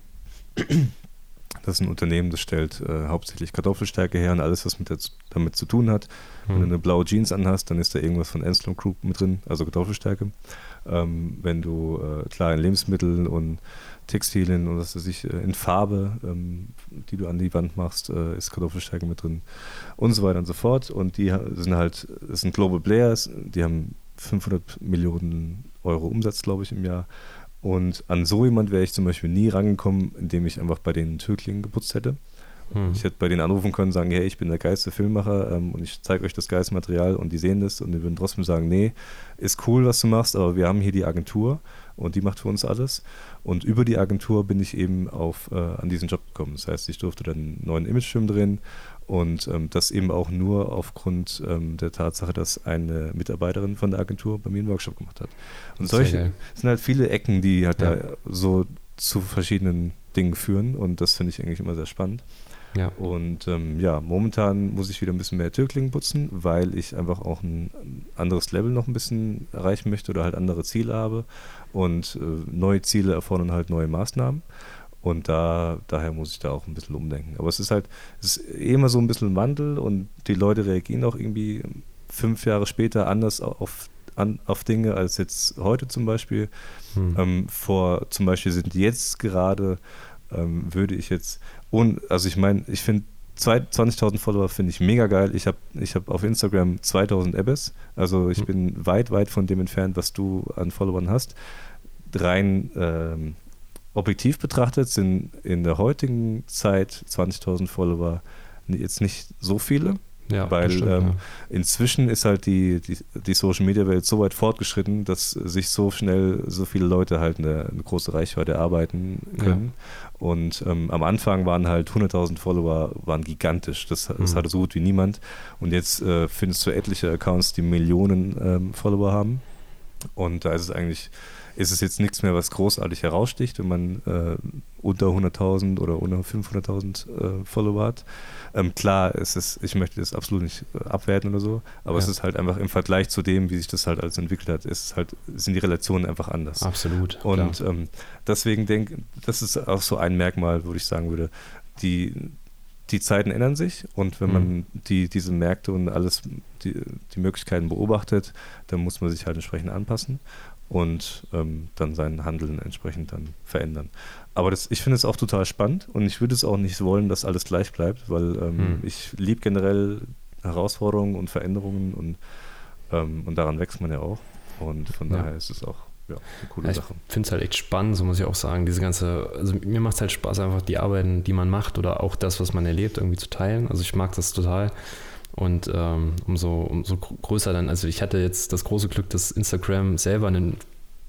Das ist ein Unternehmen, das stellt äh, hauptsächlich Kartoffelstärke her und alles, was mit der, damit zu tun hat. Hm. Wenn du eine blaue Jeans anhast, dann ist da irgendwas von Emsland Group mit drin, also Kartoffelstärke. Ähm, wenn du äh, klar in Lebensmitteln und Textilien und was weiß ich, äh, in Farbe, ähm, die du an die Wand machst, äh, ist Kartoffelstärke mit drin und so weiter und so fort. Und die sind halt, das sind Global Players, die haben fünfhundert Millionen Euro Umsatz, glaube ich, im Jahr. Und an so jemand wäre ich zum Beispiel nie rangekommen, indem ich einfach bei denen Türklingen geputzt hätte. Hm. Ich hätte bei denen anrufen können und sagen, hey, ich bin der geilste Filmemacher ähm, und ich zeige euch das geilste Material und die sehen das und die würden trotzdem sagen, nee, ist cool, was du machst, aber wir haben hier die Agentur und die macht für uns alles. Und über die Agentur bin ich eben auf, äh, an diesen Job gekommen. Das heißt, ich durfte dann einen neuen Imagefilm drehen und ähm, das eben auch nur aufgrund ähm, der Tatsache, dass eine Mitarbeiterin von der Agentur bei mir einen Workshop gemacht hat. Und solche sind halt viele Ecken, die halt ja. da so zu verschiedenen Dingen führen und das finde ich eigentlich immer sehr spannend. Ja. Und ähm, ja, momentan muss ich wieder ein bisschen mehr Türklingen putzen, weil ich einfach auch ein anderes Level noch ein bisschen erreichen möchte oder halt andere Ziele habe und äh, neue Ziele erfordern halt neue Maßnahmen und da daher muss ich da auch ein bisschen umdenken. Aber es ist halt, es ist eh immer so ein bisschen ein Wandel und die Leute reagieren auch irgendwie fünf Jahre später anders auf An, auf Dinge als jetzt heute zum Beispiel. Hm. Ähm, vor zum Beispiel sind jetzt gerade, ähm, würde ich jetzt, und, also ich meine, ich finde zwanzigtausend Follower finde ich mega geil. Ich habe ich hab auf Instagram zweitausend Ebbes, also ich hm. bin weit, weit von dem entfernt, was du an Followern hast. Rein ähm, objektiv betrachtet sind in der heutigen Zeit zwanzigtausend Follower jetzt nicht so viele. Ja, weil stimmt, ähm, ja. inzwischen ist halt die, die, die Social-Media-Welt so weit fortgeschritten, dass sich so schnell so viele Leute halt eine, eine große Reichweite erarbeiten können. Ja. Und ähm, am Anfang waren halt hunderttausend Follower, waren gigantisch. Das, das mhm. hatte so gut wie niemand. Und jetzt äh, findest du etliche Accounts, die Millionen ähm, Follower haben. Und da ist es eigentlich, ist es jetzt nichts mehr, was großartig heraussticht, wenn man äh, unter hunderttausend oder unter fünfhunderttausend äh, Follower hat. Ähm, klar, es ist, ich möchte das absolut nicht äh, abwerten oder so, aber ja. es ist halt einfach im Vergleich zu dem, wie sich das halt alles entwickelt hat, ist es halt, sind die Relationen einfach anders. Absolut. Und ähm, deswegen denke ich, das ist auch so ein Merkmal, wo ich sagen würde, die, die Zeiten ändern sich und wenn mhm. man die, diese Märkte und alles, die, die Möglichkeiten beobachtet, dann muss man sich halt entsprechend anpassen und ähm, dann sein Handeln entsprechend dann verändern. Aber das, ich finde es auch total spannend und ich würde es auch nicht wollen, dass alles gleich bleibt, weil ähm, hm. ich liebe generell Herausforderungen und Veränderungen und, ähm, und daran wächst man ja auch. Und von ja. daher ist es auch ja, eine coole ja, Sache. Ich finde es halt echt spannend, so muss ich auch sagen. Diese ganze, also mir macht es halt Spaß, einfach die Arbeiten, die man macht oder auch das, was man erlebt, irgendwie zu teilen. Also ich mag das total. Und ähm, umso, umso größer dann, also ich hatte jetzt das große Glück, dass Instagram selber einen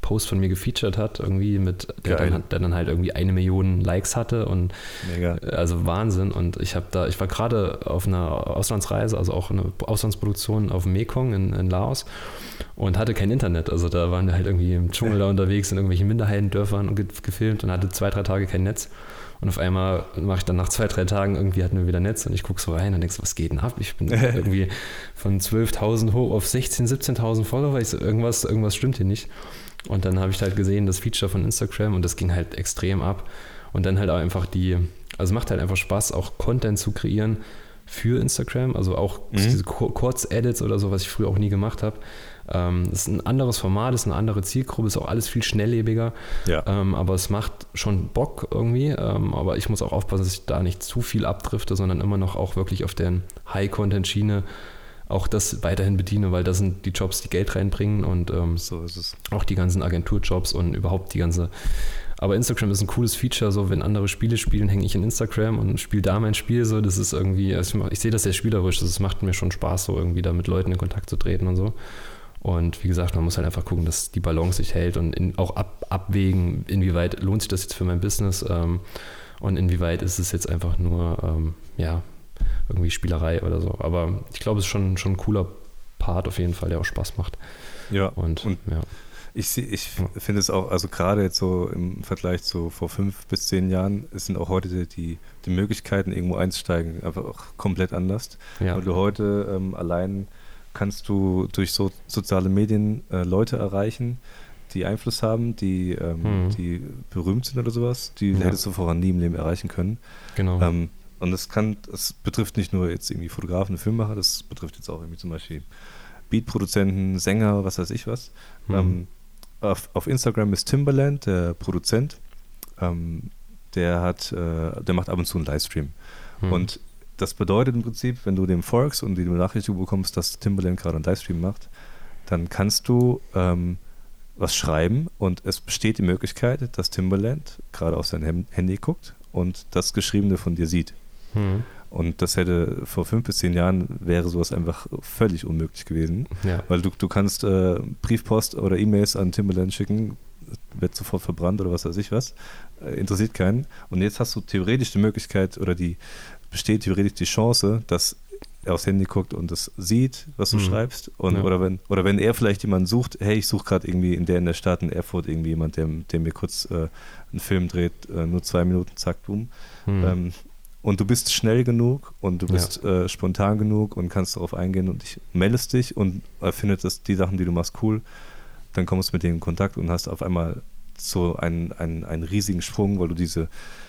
Post von mir gefeatured hat, irgendwie mit, der dann, der dann halt irgendwie eine Million Likes hatte und Mega. Also Wahnsinn. Und ich habe da, ich war gerade auf einer Auslandsreise, also auch eine Auslandsproduktion auf dem Mekong in, in Laos und hatte kein Internet. Also da waren wir halt irgendwie im Dschungel da unterwegs in irgendwelchen Minderheitendörfern und ge- gefilmt und hatte zwei, drei Tage kein Netz. Und auf einmal mache ich dann nach zwei, drei Tagen irgendwie hatten wir wieder Netz und ich gucke so rein und denke so, was geht denn ab? Ich bin irgendwie von zwölftausend hoch auf sechzehntausend, siebzehntausend Follower. Ich so, irgendwas, irgendwas stimmt hier nicht. Und dann habe ich halt gesehen, das Feature von Instagram und das ging halt extrem ab. Und dann halt auch einfach die, also es macht halt einfach Spaß, auch Content zu kreieren für Instagram. Also auch mhm. diese Kurz-Edits oder so, was ich früher auch nie gemacht habe. Ähm, das ist ein anderes Format, das ist eine andere Zielgruppe, ist auch alles viel schnelllebiger. Ja. Ähm, aber es macht schon Bock irgendwie. Ähm, aber ich muss auch aufpassen, dass ich da nicht zu viel abdrifte, sondern immer noch auch wirklich auf der High-Content-Schiene auch das weiterhin bediene, weil das sind die Jobs, die Geld reinbringen und ähm, so ist es. Auch die ganzen Agenturjobs und überhaupt die ganze. Aber Instagram ist ein cooles Feature, so wenn andere Spiele spielen, hänge ich in Instagram und spiele da mein Spiel, so das ist irgendwie, also ich sehe das sehr spielerisch, das macht mir schon Spaß, so irgendwie da mit Leuten in Kontakt zu treten und so. Und wie gesagt, man muss halt einfach gucken, dass die Balance sich hält und in, auch ab, abwägen, inwieweit lohnt sich das jetzt für mein Business ähm, und inwieweit ist es jetzt einfach nur, ähm, ja, irgendwie Spielerei oder so. Aber ich glaube, es ist schon, schon ein cooler Part auf jeden Fall, der auch Spaß macht. Ja, und, und ja. ich, ich finde es auch, also gerade jetzt so im Vergleich zu vor fünf bis zehn Jahren, es sind auch heute die, die Möglichkeiten, irgendwo einzusteigen, einfach auch komplett anders. Ja. Weil du heute ähm, allein kannst du durch so, soziale Medien äh, Leute erreichen, die Einfluss haben, die, ähm, mhm. die berühmt sind oder sowas, die ja. hättest du vorher nie im Leben erreichen können. Genau. Ähm, und das kann, das betrifft nicht nur jetzt irgendwie Fotografen, Filmemacher, das betrifft jetzt auch irgendwie zum Beispiel Beatproduzenten, Sänger, was weiß ich was. Mhm. Ähm, auf, auf Instagram ist Timbaland, der Produzent, ähm, der hat, äh, der macht ab und zu einen Livestream. Mhm. Und das bedeutet im Prinzip, wenn du dem folgst und die Benachrichtigung bekommst, dass Timbaland gerade einen Livestream macht, dann kannst du ähm, was schreiben und es besteht die Möglichkeit, dass Timbaland gerade auf sein Handy guckt und das Geschriebene von dir sieht. Mhm. Und das hätte vor fünf bis zehn Jahren wäre sowas einfach völlig unmöglich gewesen. Ja. Weil du, du kannst äh, Briefpost oder E-Mails an Timbaland schicken, wird sofort verbrannt oder was weiß ich was. Äh, interessiert keinen. Und jetzt hast du theoretisch die Möglichkeit oder die besteht theoretisch die Chance, dass er aufs Handy guckt und das sieht, was du mhm. schreibst. Und, ja. oder, wenn, oder wenn er vielleicht jemanden sucht, hey, ich suche gerade irgendwie in der in der Stadt in Erfurt irgendwie jemand, der, der mir kurz äh, einen Film dreht, äh, nur zwei Minuten, zack, boom. Mhm. Ähm, und du bist schnell genug und du bist ja. äh, spontan genug und kannst darauf eingehen und dich meldest dich und äh, findest die Sachen, die du machst, cool. Dann kommst du mit denen in Kontakt und hast auf einmal so einen, einen, einen riesigen Sprung, weil du diese,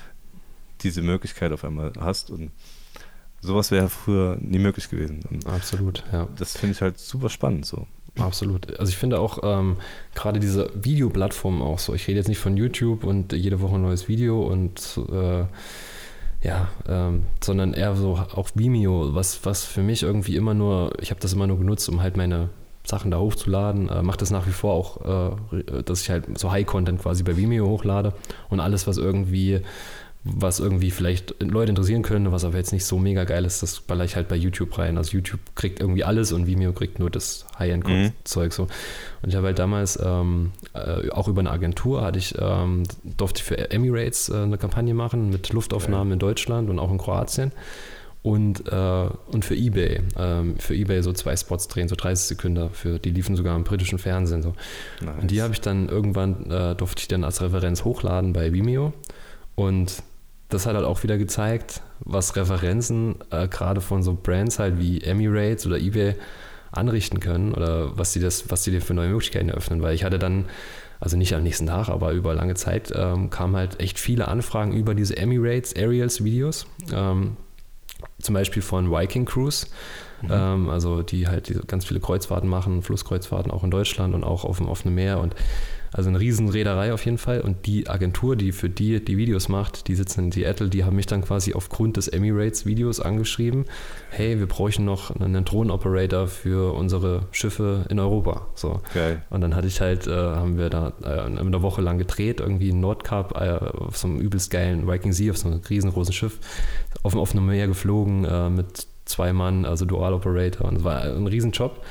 diese Möglichkeit auf einmal hast. Und sowas wäre früher nie möglich gewesen. Und absolut, ja. Das finde ich halt super spannend so. Absolut. Also ich finde auch ähm, gerade diese Videoplattformen auch so. Ich rede jetzt nicht von YouTube und jede Woche ein neues Video und äh, ja, ähm, sondern eher so auch Vimeo, was, was für mich irgendwie immer nur, ich habe das immer nur genutzt, um halt meine Sachen da hochzuladen, äh, mache das nach wie vor auch, äh, dass ich halt so High-Content quasi bei Vimeo hochlade und alles, was irgendwie was irgendwie vielleicht Leute interessieren können, was aber jetzt nicht so mega geil ist, das baller ich halt bei YouTube rein. Also YouTube kriegt irgendwie alles und Vimeo kriegt nur das High-End-Zeug mhm. so. Und ich habe halt damals ähm, äh, auch über eine Agentur hatte ich, ähm, durfte ich für Emirates äh, eine Kampagne machen mit Luftaufnahmen ja. in Deutschland und auch in Kroatien. Und, äh, und für eBay, ähm, für eBay so zwei Spots drehen, so dreißig Sekunden, für, die liefen sogar im britischen Fernsehen. So. Nice. Und die habe ich dann irgendwann, äh, durfte ich dann als Referenz hochladen bei Vimeo. Und das hat halt auch wieder gezeigt, was Referenzen äh, gerade von so Brands halt wie Emirates oder eBay anrichten können oder was sie das, was sie dir für neue Möglichkeiten eröffnen. Weil ich hatte dann, also nicht am nächsten Tag, aber über lange Zeit ähm, kamen halt echt viele Anfragen über diese Emirates Aerials Videos. Ähm, zum Beispiel von Viking Cruise, mhm. ähm, also die halt die ganz viele Kreuzfahrten machen, Flusskreuzfahrten auch in Deutschland und auch auf dem offenen Meer und also eine riesen Reederei auf jeden Fall und die Agentur, die für die die Videos macht, die sitzen in Seattle, die haben mich dann quasi aufgrund des Emirates Videos angeschrieben, hey, wir bräuchten noch einen Drohnenoperator für unsere Schiffe in Europa. So. Geil. Und dann hatte ich halt, äh, haben wir da äh, eine Woche lang gedreht, irgendwie in Nordkap äh, auf so einem übelst geilen Viking Sea, auf so einem riesengroßen Schiff, auf dem offenen Meer geflogen äh, mit zwei Mann, also Dual Operator und es war ein Riesenjob.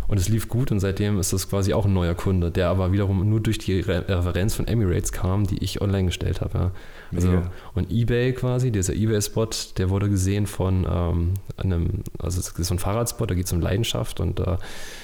Und es lief gut und seitdem ist das quasi auch ein neuer Kunde, der aber wiederum nur durch die Re- Referenz von Emirates kam, die ich online gestellt habe. Ja. Also, Mega. und eBay quasi, dieser eBay-Spot, der wurde gesehen von ähm, einem, also es ist so ein Fahrradspot, da geht es um Leidenschaft und äh,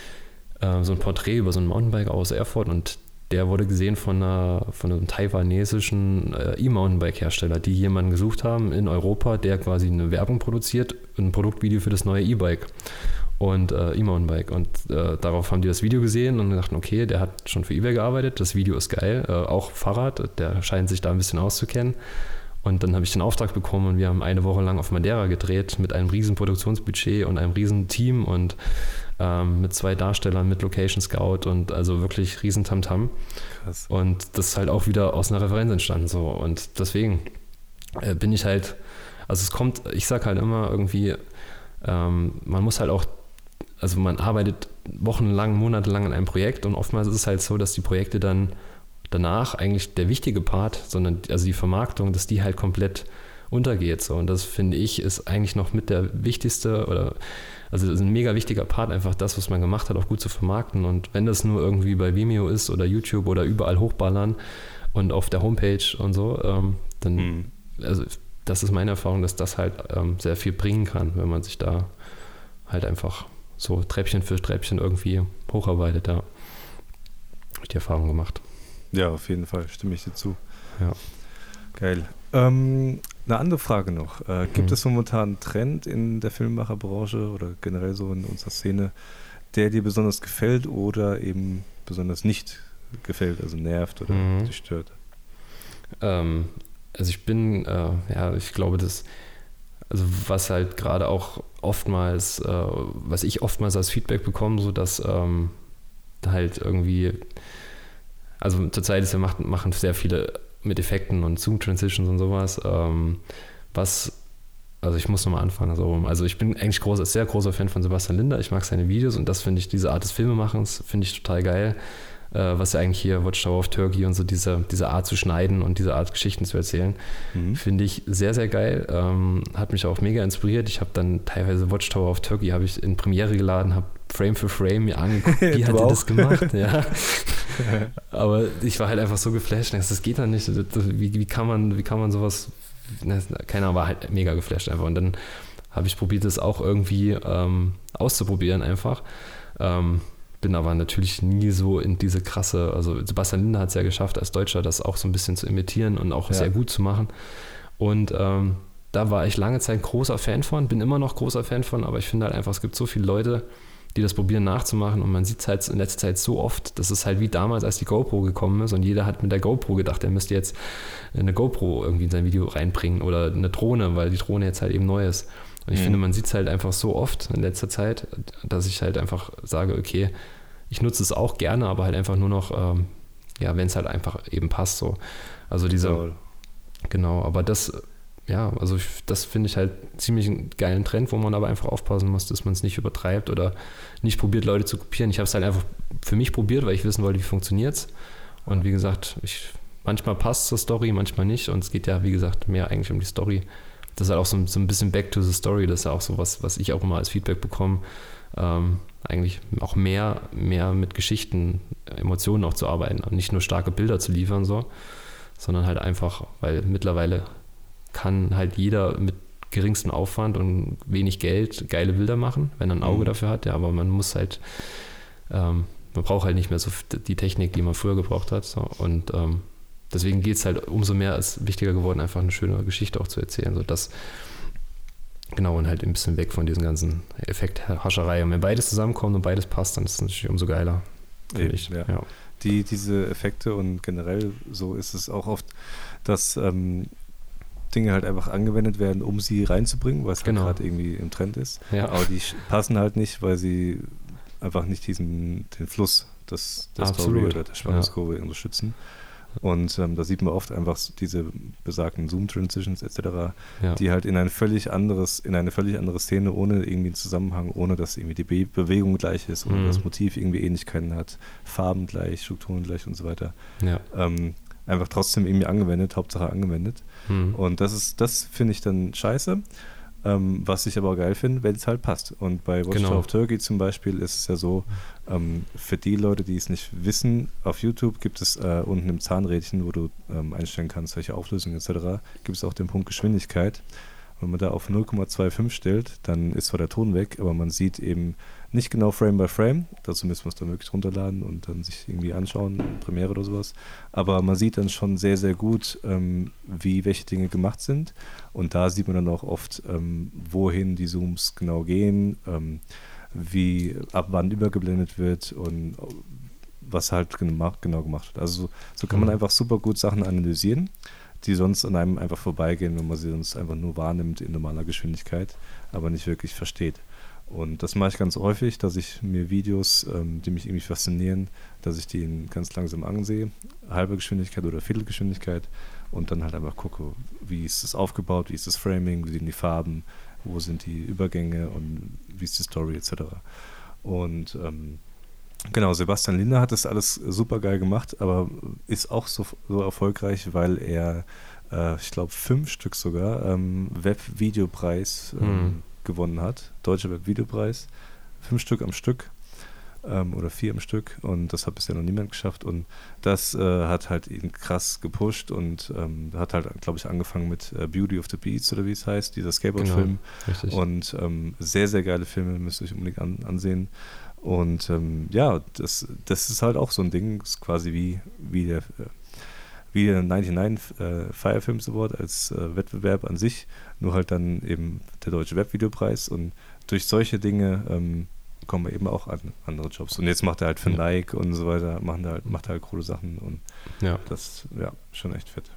äh, so ein Porträt über so ein Mountainbiker aus Erfurt und der wurde gesehen von, einer, von einem taiwanesischen äh, E-Mountainbike-Hersteller, die jemanden gesucht haben in Europa, der quasi eine Werbung produziert, ein Produktvideo für das neue E-Bike. Und äh, E-Mountainbike. Und äh, darauf haben die das Video gesehen und dachten, okay, der hat schon für eBay gearbeitet, das Video ist geil, äh, auch Fahrrad, der scheint sich da ein bisschen auszukennen. Und dann habe ich den Auftrag bekommen und wir haben eine Woche lang auf Madeira gedreht mit einem riesen Produktionsbudget und einem riesen Team und ähm, mit zwei Darstellern, mit Location Scout und also wirklich riesen Tamtam. Krass. Und das ist halt auch wieder aus einer Referenz entstanden. So. Und deswegen äh, bin ich halt, also es kommt, ich sag halt immer irgendwie, ähm, man muss halt auch Also man arbeitet wochenlang, monatelang an einem Projekt und oftmals ist es halt so, dass die Projekte dann danach eigentlich der wichtige Part, sondern also die Vermarktung, dass die halt komplett untergeht. So. Und das finde ich ist eigentlich noch mit der wichtigste oder also das ist ein mega wichtiger Part, einfach das, was man gemacht hat, auch gut zu vermarkten. Und wenn das nur irgendwie bei Vimeo ist oder YouTube oder überall hochballern und auf der Homepage und so, ähm, dann, mhm. also das ist meine Erfahrung, dass das halt ähm, sehr viel bringen kann, wenn man sich da halt einfach so Treppchen für Treppchen irgendwie hocharbeitet, ja. Habe ich die Erfahrung gemacht. Ja, auf jeden Fall, stimme ich dir zu. Ja. Geil. Ähm, eine andere Frage noch. Äh, gibt mhm. es momentan einen Trend in der Filmemacherbranche oder generell so in unserer Szene, der dir besonders gefällt oder eben besonders nicht gefällt, also nervt oder mhm. dich stört? Ähm, also ich bin, äh, ja, ich glaube, dass Also was halt gerade auch oftmals, äh, was ich oftmals als Feedback bekomme, so dass ähm, halt irgendwie, also zurzeit ist ja macht, machen sehr viele mit Effekten und Zoom-Transitions und sowas, ähm, was, also ich muss nochmal anfangen, also, also ich bin eigentlich großer, sehr großer Fan von Sebastian Linder, ich mag seine Videos und das finde ich, diese Art des Filmemachens finde ich total geil. Was ja eigentlich hier Watchtower of Turkey und so diese, diese Art zu schneiden und diese Art Geschichten zu erzählen, mhm. finde ich sehr, sehr geil. Ähm, hat mich auch mega inspiriert. Ich habe dann teilweise Watchtower of Turkey habe ich in Premiere geladen, habe Frame für Frame mir angeguckt, wie hat er das gemacht. Ja. Aber ich war halt einfach so geflasht. Das geht dann nicht. Wie, wie, kann man, wie kann man sowas, keiner war halt mega geflasht einfach. Und dann habe ich probiert, das auch irgendwie ähm, auszuprobieren einfach. Ähm, Bin aber natürlich nie so in diese krasse, also Sebastian Linder hat es ja geschafft, als Deutscher das auch so ein bisschen zu imitieren und auch ja. sehr gut zu machen. Und ähm, da war ich lange Zeit großer Fan von, bin immer noch großer Fan von, aber ich finde halt einfach, es gibt so viele Leute, die das probieren nachzumachen und man sieht es halt in letzter Zeit so oft, das ist halt wie damals, als die GoPro gekommen ist und jeder hat mit der GoPro gedacht, er müsste jetzt eine GoPro irgendwie in sein Video reinbringen oder eine Drohne, weil die Drohne jetzt halt eben neu ist. Und ich mhm. finde, man sieht es halt einfach so oft in letzter Zeit, dass ich halt einfach sage, okay, ich nutze es auch gerne, aber halt einfach nur noch, ähm, ja, wenn es halt einfach eben passt so. Also dieser, Toll. genau, aber das, ja, also ich, das finde ich halt ziemlich einen geilen Trend, wo man aber einfach aufpassen muss, dass man es nicht übertreibt oder nicht probiert, Leute zu kopieren. Ich habe es halt einfach für mich probiert, weil ich wissen wollte, wie funktioniert es. Und wie gesagt, ich, manchmal passt es zur Story, manchmal nicht. Und es geht ja, wie gesagt, mehr eigentlich um die Story. Das ist halt auch so, so ein bisschen back to the story. Das ist ja auch so was, was ich auch immer als Feedback bekomme. Ähm, eigentlich auch mehr, mehr mit Geschichten, Emotionen auch zu arbeiten und nicht nur starke Bilder zu liefern, so, sondern halt einfach, weil mittlerweile kann halt jeder mit geringstem Aufwand und wenig Geld geile Bilder machen, wenn er ein Auge mhm. dafür hat, ja, aber man muss halt, ähm, man braucht halt nicht mehr so die Technik, die man früher gebraucht hat, so, und ähm, deswegen geht es halt umso mehr, ist wichtiger geworden, einfach eine schöne Geschichte auch zu erzählen, so dass genau, und halt ein bisschen weg von diesen ganzen Effekthascherei. Und wenn beides zusammenkommt und beides passt, dann ist es natürlich umso geiler. Eben, ich. Ja. Ja. Die, diese Effekte und generell so ist es auch oft, dass ähm, Dinge halt einfach angewendet werden, um sie reinzubringen, was genau. halt gerade irgendwie im Trend ist. Ja. Aber die passen halt nicht, weil sie einfach nicht diesen, den Fluss des, der Story oder der Spannungskurve ja. unterstützen. Und ähm, da sieht man oft einfach diese besagten Zoom-Transitions et cetera, ja. die halt in ein völlig anderes, in eine völlig andere Szene, ohne irgendwie einen Zusammenhang, ohne dass irgendwie die Be- Bewegung gleich ist, ohne mhm. das Motiv irgendwie Ähnlichkeiten hat, Farben gleich, Strukturen gleich und so weiter. Ja. Ähm, einfach trotzdem irgendwie angewendet, Hauptsache angewendet. Mhm. Und das ist, das finde ich dann scheiße. Ähm, was ich aber auch geil finde, wenn es halt passt. Und bei Watch Genau. Tower of Turkey zum Beispiel ist es ja so, ähm, für die Leute, die es nicht wissen, auf YouTube gibt es äh, unten im Zahnrädchen, wo du ähm, einstellen kannst, welche Auflösung et cetera, gibt es auch den Punkt Geschwindigkeit. Wenn man da auf null Komma fünfundzwanzig stellt, dann ist zwar der Ton weg, aber man sieht eben nicht genau Frame by Frame. Dazu müssen wir es dann wirklich runterladen und dann sich irgendwie anschauen, in Premiere oder sowas. Aber man sieht dann schon sehr, sehr gut, ähm, wie welche Dinge gemacht sind. Und da sieht man dann auch oft, ähm, wohin die Zooms genau gehen, ähm, wie ab wann übergeblendet wird und was halt genau, genau gemacht wird. Also so, so kann man Mhm. einfach super gut Sachen analysieren, die sonst an einem einfach vorbeigehen, wenn man sie sonst einfach nur wahrnimmt in normaler Geschwindigkeit, aber nicht wirklich versteht. Und das mache ich ganz häufig, dass ich mir Videos, ähm, die mich irgendwie faszinieren, dass ich die in ganz langsam ansehe, halbe Geschwindigkeit oder Viertelgeschwindigkeit und dann halt einfach gucke, wie ist es aufgebaut, wie ist das Framing, wie sind die Farben, wo sind die Übergänge und wie ist die Story et cetera. Und ähm, genau, Sebastian Linder hat das alles super geil gemacht, aber ist auch so, so erfolgreich, weil er, äh, ich glaube, fünf Stück sogar ähm, Webvideopreis ähm, Mhm. gewonnen hat. Deutscher Webvideopreis. Fünf Stück am Stück ähm, oder vier am Stück und das hat bisher noch niemand geschafft und das äh, hat halt ihn krass gepusht und ähm, hat halt, glaube ich, angefangen mit äh, Beauty of the Beast oder wie es heißt, dieser Skateboard-Film. Richtig. Und ähm, sehr, sehr geile Filme, müsst ihr euch unbedingt an, ansehen. Und ähm, ja, das, das ist halt auch so ein Ding, das ist quasi wie, wie der, wie der neunundneunzig äh, Fire Films Award als äh, Wettbewerb an sich, nur halt dann eben der Deutsche Webvideopreis und durch solche Dinge ähm, kommen wir eben auch an andere Jobs. Und jetzt macht er halt für Ja. Nike und so weiter, machen er halt, macht er halt coole Sachen und Ja, das, ja, schon echt fett.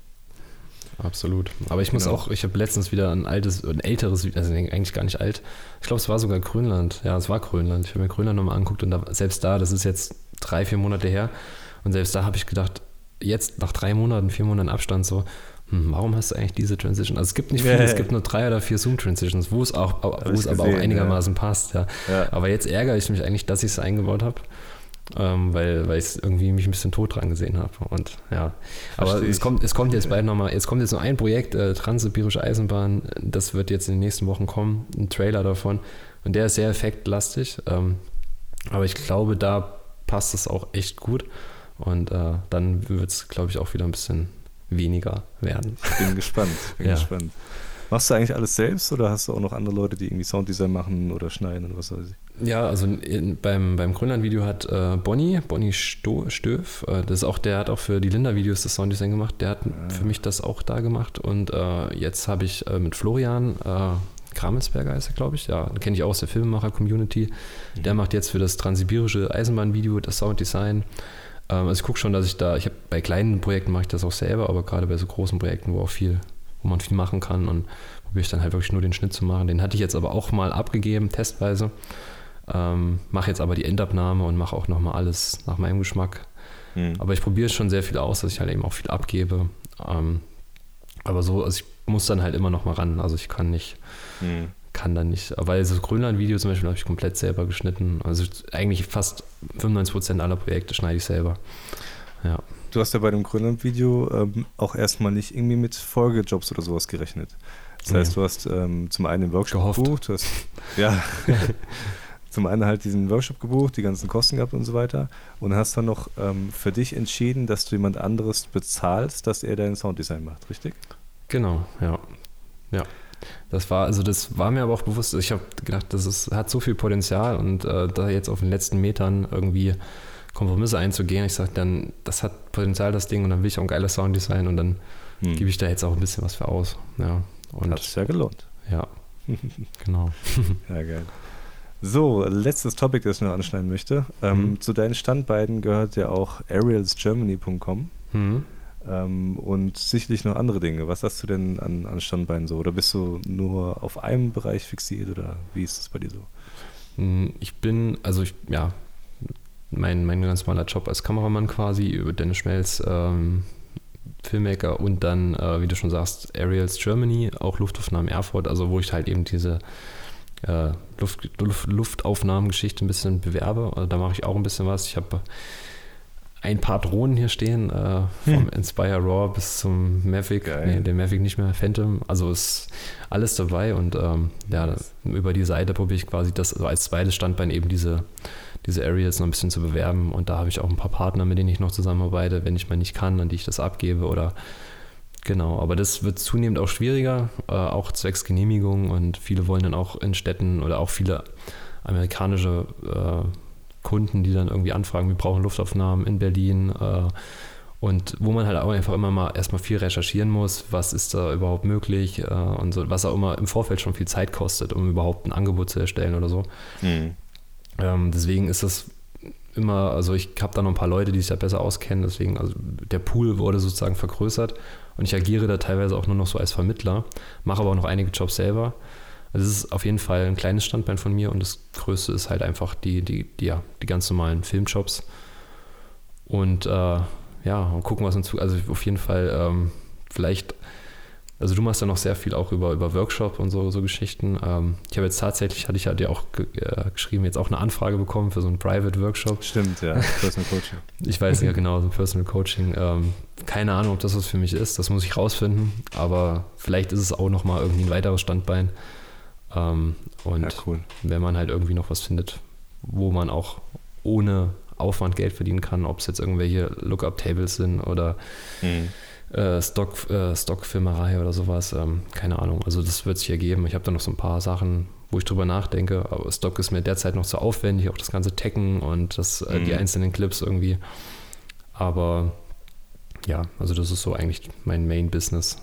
absolut. Aber ich muss Genau. auch, ich habe letztens wieder ein altes, ein älteres, also eigentlich gar nicht alt. Ich glaube, es war sogar Grönland. Ja, es war Grönland. Ich habe mir Grönland nochmal angeguckt und da, selbst da, das ist jetzt drei, vier Monate her. Und selbst da habe ich gedacht, jetzt nach drei Monaten, vier Monaten Abstand so, hm, warum hast du eigentlich diese Transition? Also es gibt nicht viele, Yeah. es gibt nur drei oder vier Zoom-Transitions, wo es auch, wo ich es aber gesehen, auch einigermaßen passt, ja. Ja. Aber jetzt ärgere ich mich eigentlich, dass ich es eingebaut habe. Ähm, weil, weil ich irgendwie mich ein bisschen tot dran gesehen habe. Und ja. Aber Versteh es ich. kommt, es kommt jetzt Ja. bald nochmal, es kommt jetzt noch ein Projekt, äh, Transsibirische Eisenbahn, das wird jetzt in den nächsten Wochen kommen, ein Trailer davon. Und der ist sehr effektlastig. Ähm, aber ich glaube, da passt es auch echt gut. Und äh, dann wird es, glaube ich, auch wieder ein bisschen weniger werden. Bin gespannt, bin Ja. gespannt. Machst du eigentlich alles selbst oder hast du auch noch andere Leute, die irgendwie Sounddesign machen oder schneiden oder was weiß ich? Ja, also in, beim, beim Grönland-Video hat äh, Bonnie, Bonnie Sto, Stöf, äh, das ist auch, der hat auch für die Linda-Videos das Sounddesign gemacht, der hat Ah. für mich das auch da gemacht und äh, jetzt habe ich äh, mit Florian äh, Kramelsberger heißt er, glaube ich, ja, den kenne ich auch aus der Filmemacher-Community, der macht jetzt für das Transsibirische Eisenbahnvideo das Sounddesign. Ähm, also ich gucke schon, dass ich da, ich habe bei kleinen Projekten mache ich das auch selber, aber gerade bei so großen Projekten, wo auch viel, wo man viel machen kann und probiere ich dann halt wirklich nur den Schnitt zu machen. Den hatte ich jetzt aber auch mal abgegeben, testweise. Ähm, mache jetzt aber die Endabnahme und mache auch nochmal alles nach meinem Geschmack. Hm. Aber ich probiere schon sehr viel aus, dass ich halt eben auch viel abgebe. Ähm, aber so, also ich muss dann halt immer noch mal ran. Also ich kann nicht, Hm. kann dann nicht, weil so Grönland-Video zum Beispiel habe ich komplett selber geschnitten. Also eigentlich fast fünfundneunzig Prozent aller Projekte schneide ich selber. Ja. Du hast ja bei dem Grönland-Video ähm, auch erstmal nicht irgendwie mit Folgejobs oder sowas gerechnet. Das Nee. heißt, du hast ähm, zum einen den Workshop Gehofft. gebucht, du hast, ja, zum einen halt diesen Workshop gebucht, die ganzen Kosten gehabt und so weiter und hast dann noch ähm, für dich entschieden, dass du jemand anderes bezahlst, dass er dein Sounddesign macht, richtig? Genau, ja. Ja. Das war, also das war mir aber auch bewusst, ich habe gedacht, das ist, hat so viel Potenzial und äh, da jetzt auf den letzten Metern irgendwie Kompromisse einzugehen, ich sage dann, das hat Potenzial, das Ding, und dann will ich auch ein geiles Sounddesign und dann Hm. gebe ich da jetzt auch ein bisschen was für aus. Ja, und Hat sich ja gelohnt. ja, genau. Ja, geil. So, letztes Topic, das ich noch anschneiden möchte. Ähm, Mhm. Zu deinen Standbeinen gehört ja auch ariels germany punkt com. Mhm. Ähm, und sicherlich noch andere Dinge. Was hast du denn an, an Standbeinen so? Oder bist du nur auf einem Bereich fixiert oder wie ist es bei dir so? Ich bin, also ich, ja, mein, mein ganz normaler Job als Kameramann quasi über Dennis Schmelz, ähm, Filmmaker und dann, äh, wie du schon sagst, Ariels Germany, auch Luftaufnahmen Erfurt, also wo ich halt eben diese äh, Luft, Luft, Luftaufnahmengeschichte ein bisschen bewerbe. Also da mache ich auch ein bisschen was. Ich habe ein paar Drohnen hier stehen, äh, vom hm. Inspire Raw bis zum Mavic, Geil. nee, den Mavic nicht mehr, Phantom, also ist alles dabei und ähm, ja, über die Seite probiere ich quasi das also als zweites Standbein eben diese, diese Areas noch ein bisschen zu bewerben und da habe ich auch ein paar Partner, mit denen ich noch zusammenarbeite, wenn ich mal nicht kann, an die ich das abgebe oder genau, aber das wird zunehmend auch schwieriger, äh, auch zwecks Genehmigung und viele wollen dann auch in Städten oder auch viele amerikanische äh, Kunden, die dann irgendwie anfragen, wir brauchen Luftaufnahmen in Berlin äh, und wo man halt auch einfach immer mal erstmal viel recherchieren muss, was ist da überhaupt möglich äh, und so, was auch immer im Vorfeld schon viel Zeit kostet, um überhaupt ein Angebot zu erstellen oder so. Mhm. Ähm, deswegen ist das immer, also ich habe da noch ein paar Leute, die sich da besser auskennen, deswegen, also der Pool wurde sozusagen vergrößert und ich agiere da teilweise auch nur noch so als Vermittler, mache aber auch noch einige Jobs selber. Also das ist auf jeden Fall ein kleines Standbein von mir und das größte ist halt einfach die, die, die, ja, die ganz normalen Filmjobs. Und äh, ja, und gucken, was uns zu. Also auf jeden Fall ähm, vielleicht, also du machst ja noch sehr viel auch über, über Workshop und so, so Geschichten. Ähm, ich habe jetzt tatsächlich, hatte ich ja dir auch ge- äh, geschrieben, jetzt auch eine Anfrage bekommen für so einen Private Workshop. Stimmt, ja, Personal Coaching. Ich weiß ja genau, so ein Personal Coaching. Ähm, keine Ahnung, ob das was für mich ist, das muss ich rausfinden, aber vielleicht ist es auch nochmal irgendwie ein weiteres Standbein. Um, und ja, cool. Wenn man halt irgendwie noch was findet, wo man auch ohne Aufwand Geld verdienen kann, ob es jetzt irgendwelche Lookup-Tables sind oder mhm. äh, Stock, äh, Stockfilmerei oder sowas, ähm, keine Ahnung. Also das wird sich ergeben. Ich habe da noch so ein paar Sachen, wo ich drüber nachdenke, aber Stock ist mir derzeit noch zu aufwendig, auch das ganze Taggen und das, äh, mhm. die einzelnen Clips irgendwie. Aber ja, also das ist so eigentlich mein Main-Business.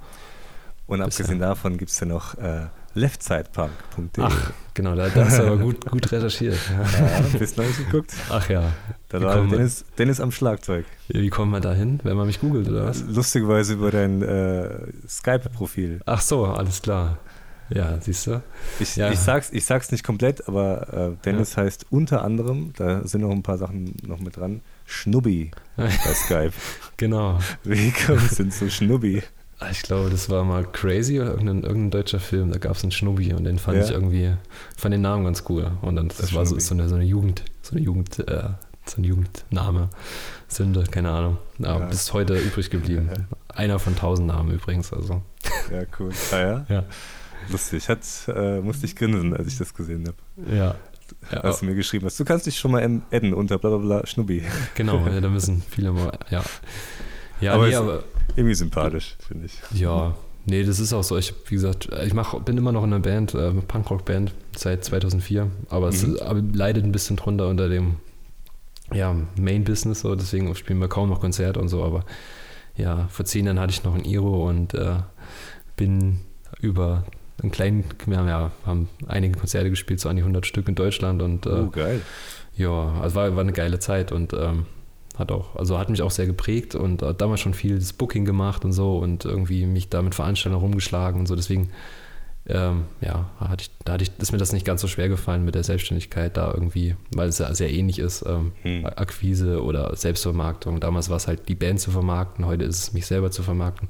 Und abgesehen Bisher. davon gibt es ja noch äh, leftsidepunk punkt de. Ach, genau, da, da hast du aber gut, gut recherchiert. Ja, bist du noch nicht geguckt? Ach ja. Da war Dennis, Dennis am Schlagzeug. Ja, wie kommt man da hin, wenn man mich googelt, oder was? Lustigerweise über dein äh, Skype-Profil. Ach so, alles klar. Ja, siehst du? Ich, ja. ich, sag's, ich sag's nicht komplett, aber äh, Dennis ja. heißt unter anderem, da sind noch ein paar Sachen noch mit dran, Schnubbi bei Skype. Genau. Wie kommt es denn zu Schnubbi? Ich glaube, das war mal Crazy oder irgendein, irgendein deutscher Film, da gab es einen Schnubbi und den fand ja. ich irgendwie, fand den Namen ganz cool. Und dann, das, das war so, so, eine, so eine Jugend, so eine Jugend, äh, so ein Jugendname, Sünde, keine Ahnung. Aber ja. bis heute übrig geblieben. Ja. Einer von tausend Namen übrigens, also. Ja, cool. Ah ja? Ja. Lustig. Hat, äh, musste ich grinsen, als ich das gesehen habe. Ja. Ja, als du mir geschrieben hast, du kannst dich schon mal adden unter bla bla bla Schnubbi. Genau, ja, da müssen viele mal, ja. Ja, aber, nee, aber irgendwie sympathisch, finde ich. Ja, nee, das ist auch so. Ich, wie gesagt, ich mach, bin immer noch in einer Band, äh, Punkrock-Band seit zweitausendvier, aber es mhm. aber leidet ein bisschen drunter unter dem ja, Main-Business, so, deswegen spielen wir kaum noch Konzerte und so, aber ja, vor zehn Jahren hatte ich noch ein Iro und äh, bin über einen kleinen, wir haben, ja, haben einige Konzerte gespielt, so an die hundert Stück in Deutschland und äh, oh, geil. Ja, also war, war eine geile Zeit und ähm, hat auch, also hat mich auch sehr geprägt und hat damals schon viel das Booking gemacht und so und irgendwie mich da mit Veranstaltern rumgeschlagen und so, deswegen ähm, ja, hatte ich, da hatte ich, ist mir das nicht ganz so schwer gefallen mit der Selbstständigkeit da irgendwie, weil es ja sehr ähnlich ist, ähm, hm. Akquise oder Selbstvermarktung. Damals war es halt die Band zu vermarkten, heute ist es mich selber zu vermarkten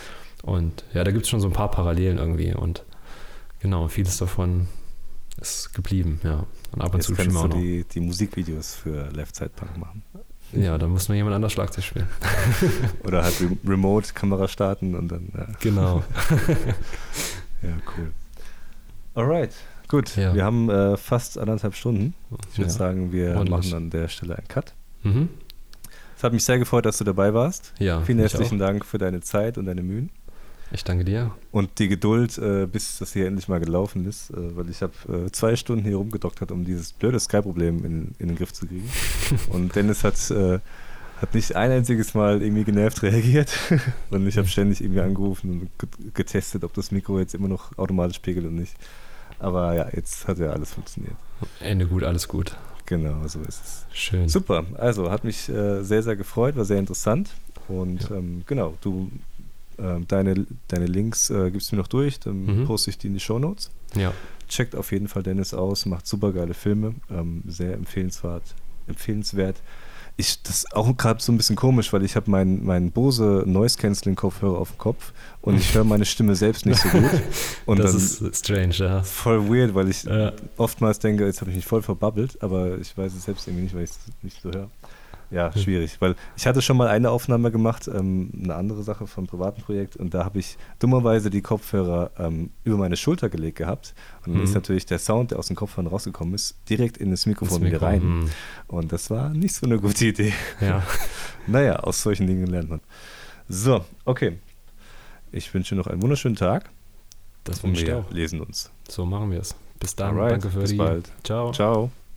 und ja, da gibt es schon so ein paar Parallelen irgendwie und genau, vieles davon ist geblieben, ja. Und ab und Jetzt zu kannst wir auch du noch. Die, die Musikvideos für Leftside-Punk machen. Ja, da muss nur jemand anders Schlagzeug spielen. Oder halt Remote-Kamera starten und dann. Ja. Genau. Ja, cool. Alright, gut. Ja. Wir haben äh, fast anderthalb Stunden. Ich würde ja. sagen, wir Ordentlich. machen an der Stelle einen Cut. Mhm. Es hat mich sehr gefreut, dass du dabei warst. Ja, Vielen herzlichen Dank für deine Zeit und deine Mühen. Ich danke dir. Und die Geduld, äh, bis das hier endlich mal gelaufen ist, äh, weil ich habe äh, zwei Stunden hier rumgedoktert, um dieses blöde Sky-Problem in, in den Griff zu kriegen. Und Dennis hat, äh, hat nicht ein einziges Mal irgendwie genervt reagiert. Und ich habe ständig irgendwie angerufen und getestet, ob das Mikro jetzt immer noch automatisch pegelt und nicht. Aber ja, jetzt hat ja alles funktioniert. Ende gut, alles gut. Genau, so ist es. Schön. Super, also hat mich äh, sehr, sehr gefreut, war sehr interessant. Und ja. ähm, genau, du... Deine, deine Links äh, gibst du mir noch durch, dann mhm. poste ich die in die Shownotes. Ja. Checkt auf jeden Fall Dennis aus, macht super geile Filme, ähm, sehr empfehlenswert. empfehlenswert. Ich, das ist auch gerade so ein bisschen komisch, weil ich habe meinen mein Bose Noise Cancelling Kopfhörer auf dem Kopf und ich höre meine Stimme selbst nicht so gut. Und das dann ist strange, ja. Voll weird, weil ich ja. oftmals denke, jetzt habe ich mich voll verbabbelt, aber ich weiß es selbst irgendwie nicht, weil ich es nicht so höre. Ja, schwierig, weil ich hatte schon mal eine Aufnahme gemacht, ähm, eine andere Sache vom privaten Projekt und da habe ich dummerweise die Kopfhörer ähm, über meine Schulter gelegt gehabt und dann Mhm. ist natürlich der Sound, der aus den Kopfhörern rausgekommen ist, direkt in das Mikrofon Das wieder Mikro, rein mhm. und das war nicht so eine gute Idee. Ja. Naja, aus solchen Dingen lernt man. So, okay. Ich wünsche noch einen wunderschönen Tag Das und wünsche ich wir auch. lesen uns. So machen wir es. Bis dann. Alright, Danke für bis die. bald. Ciao. Ciao.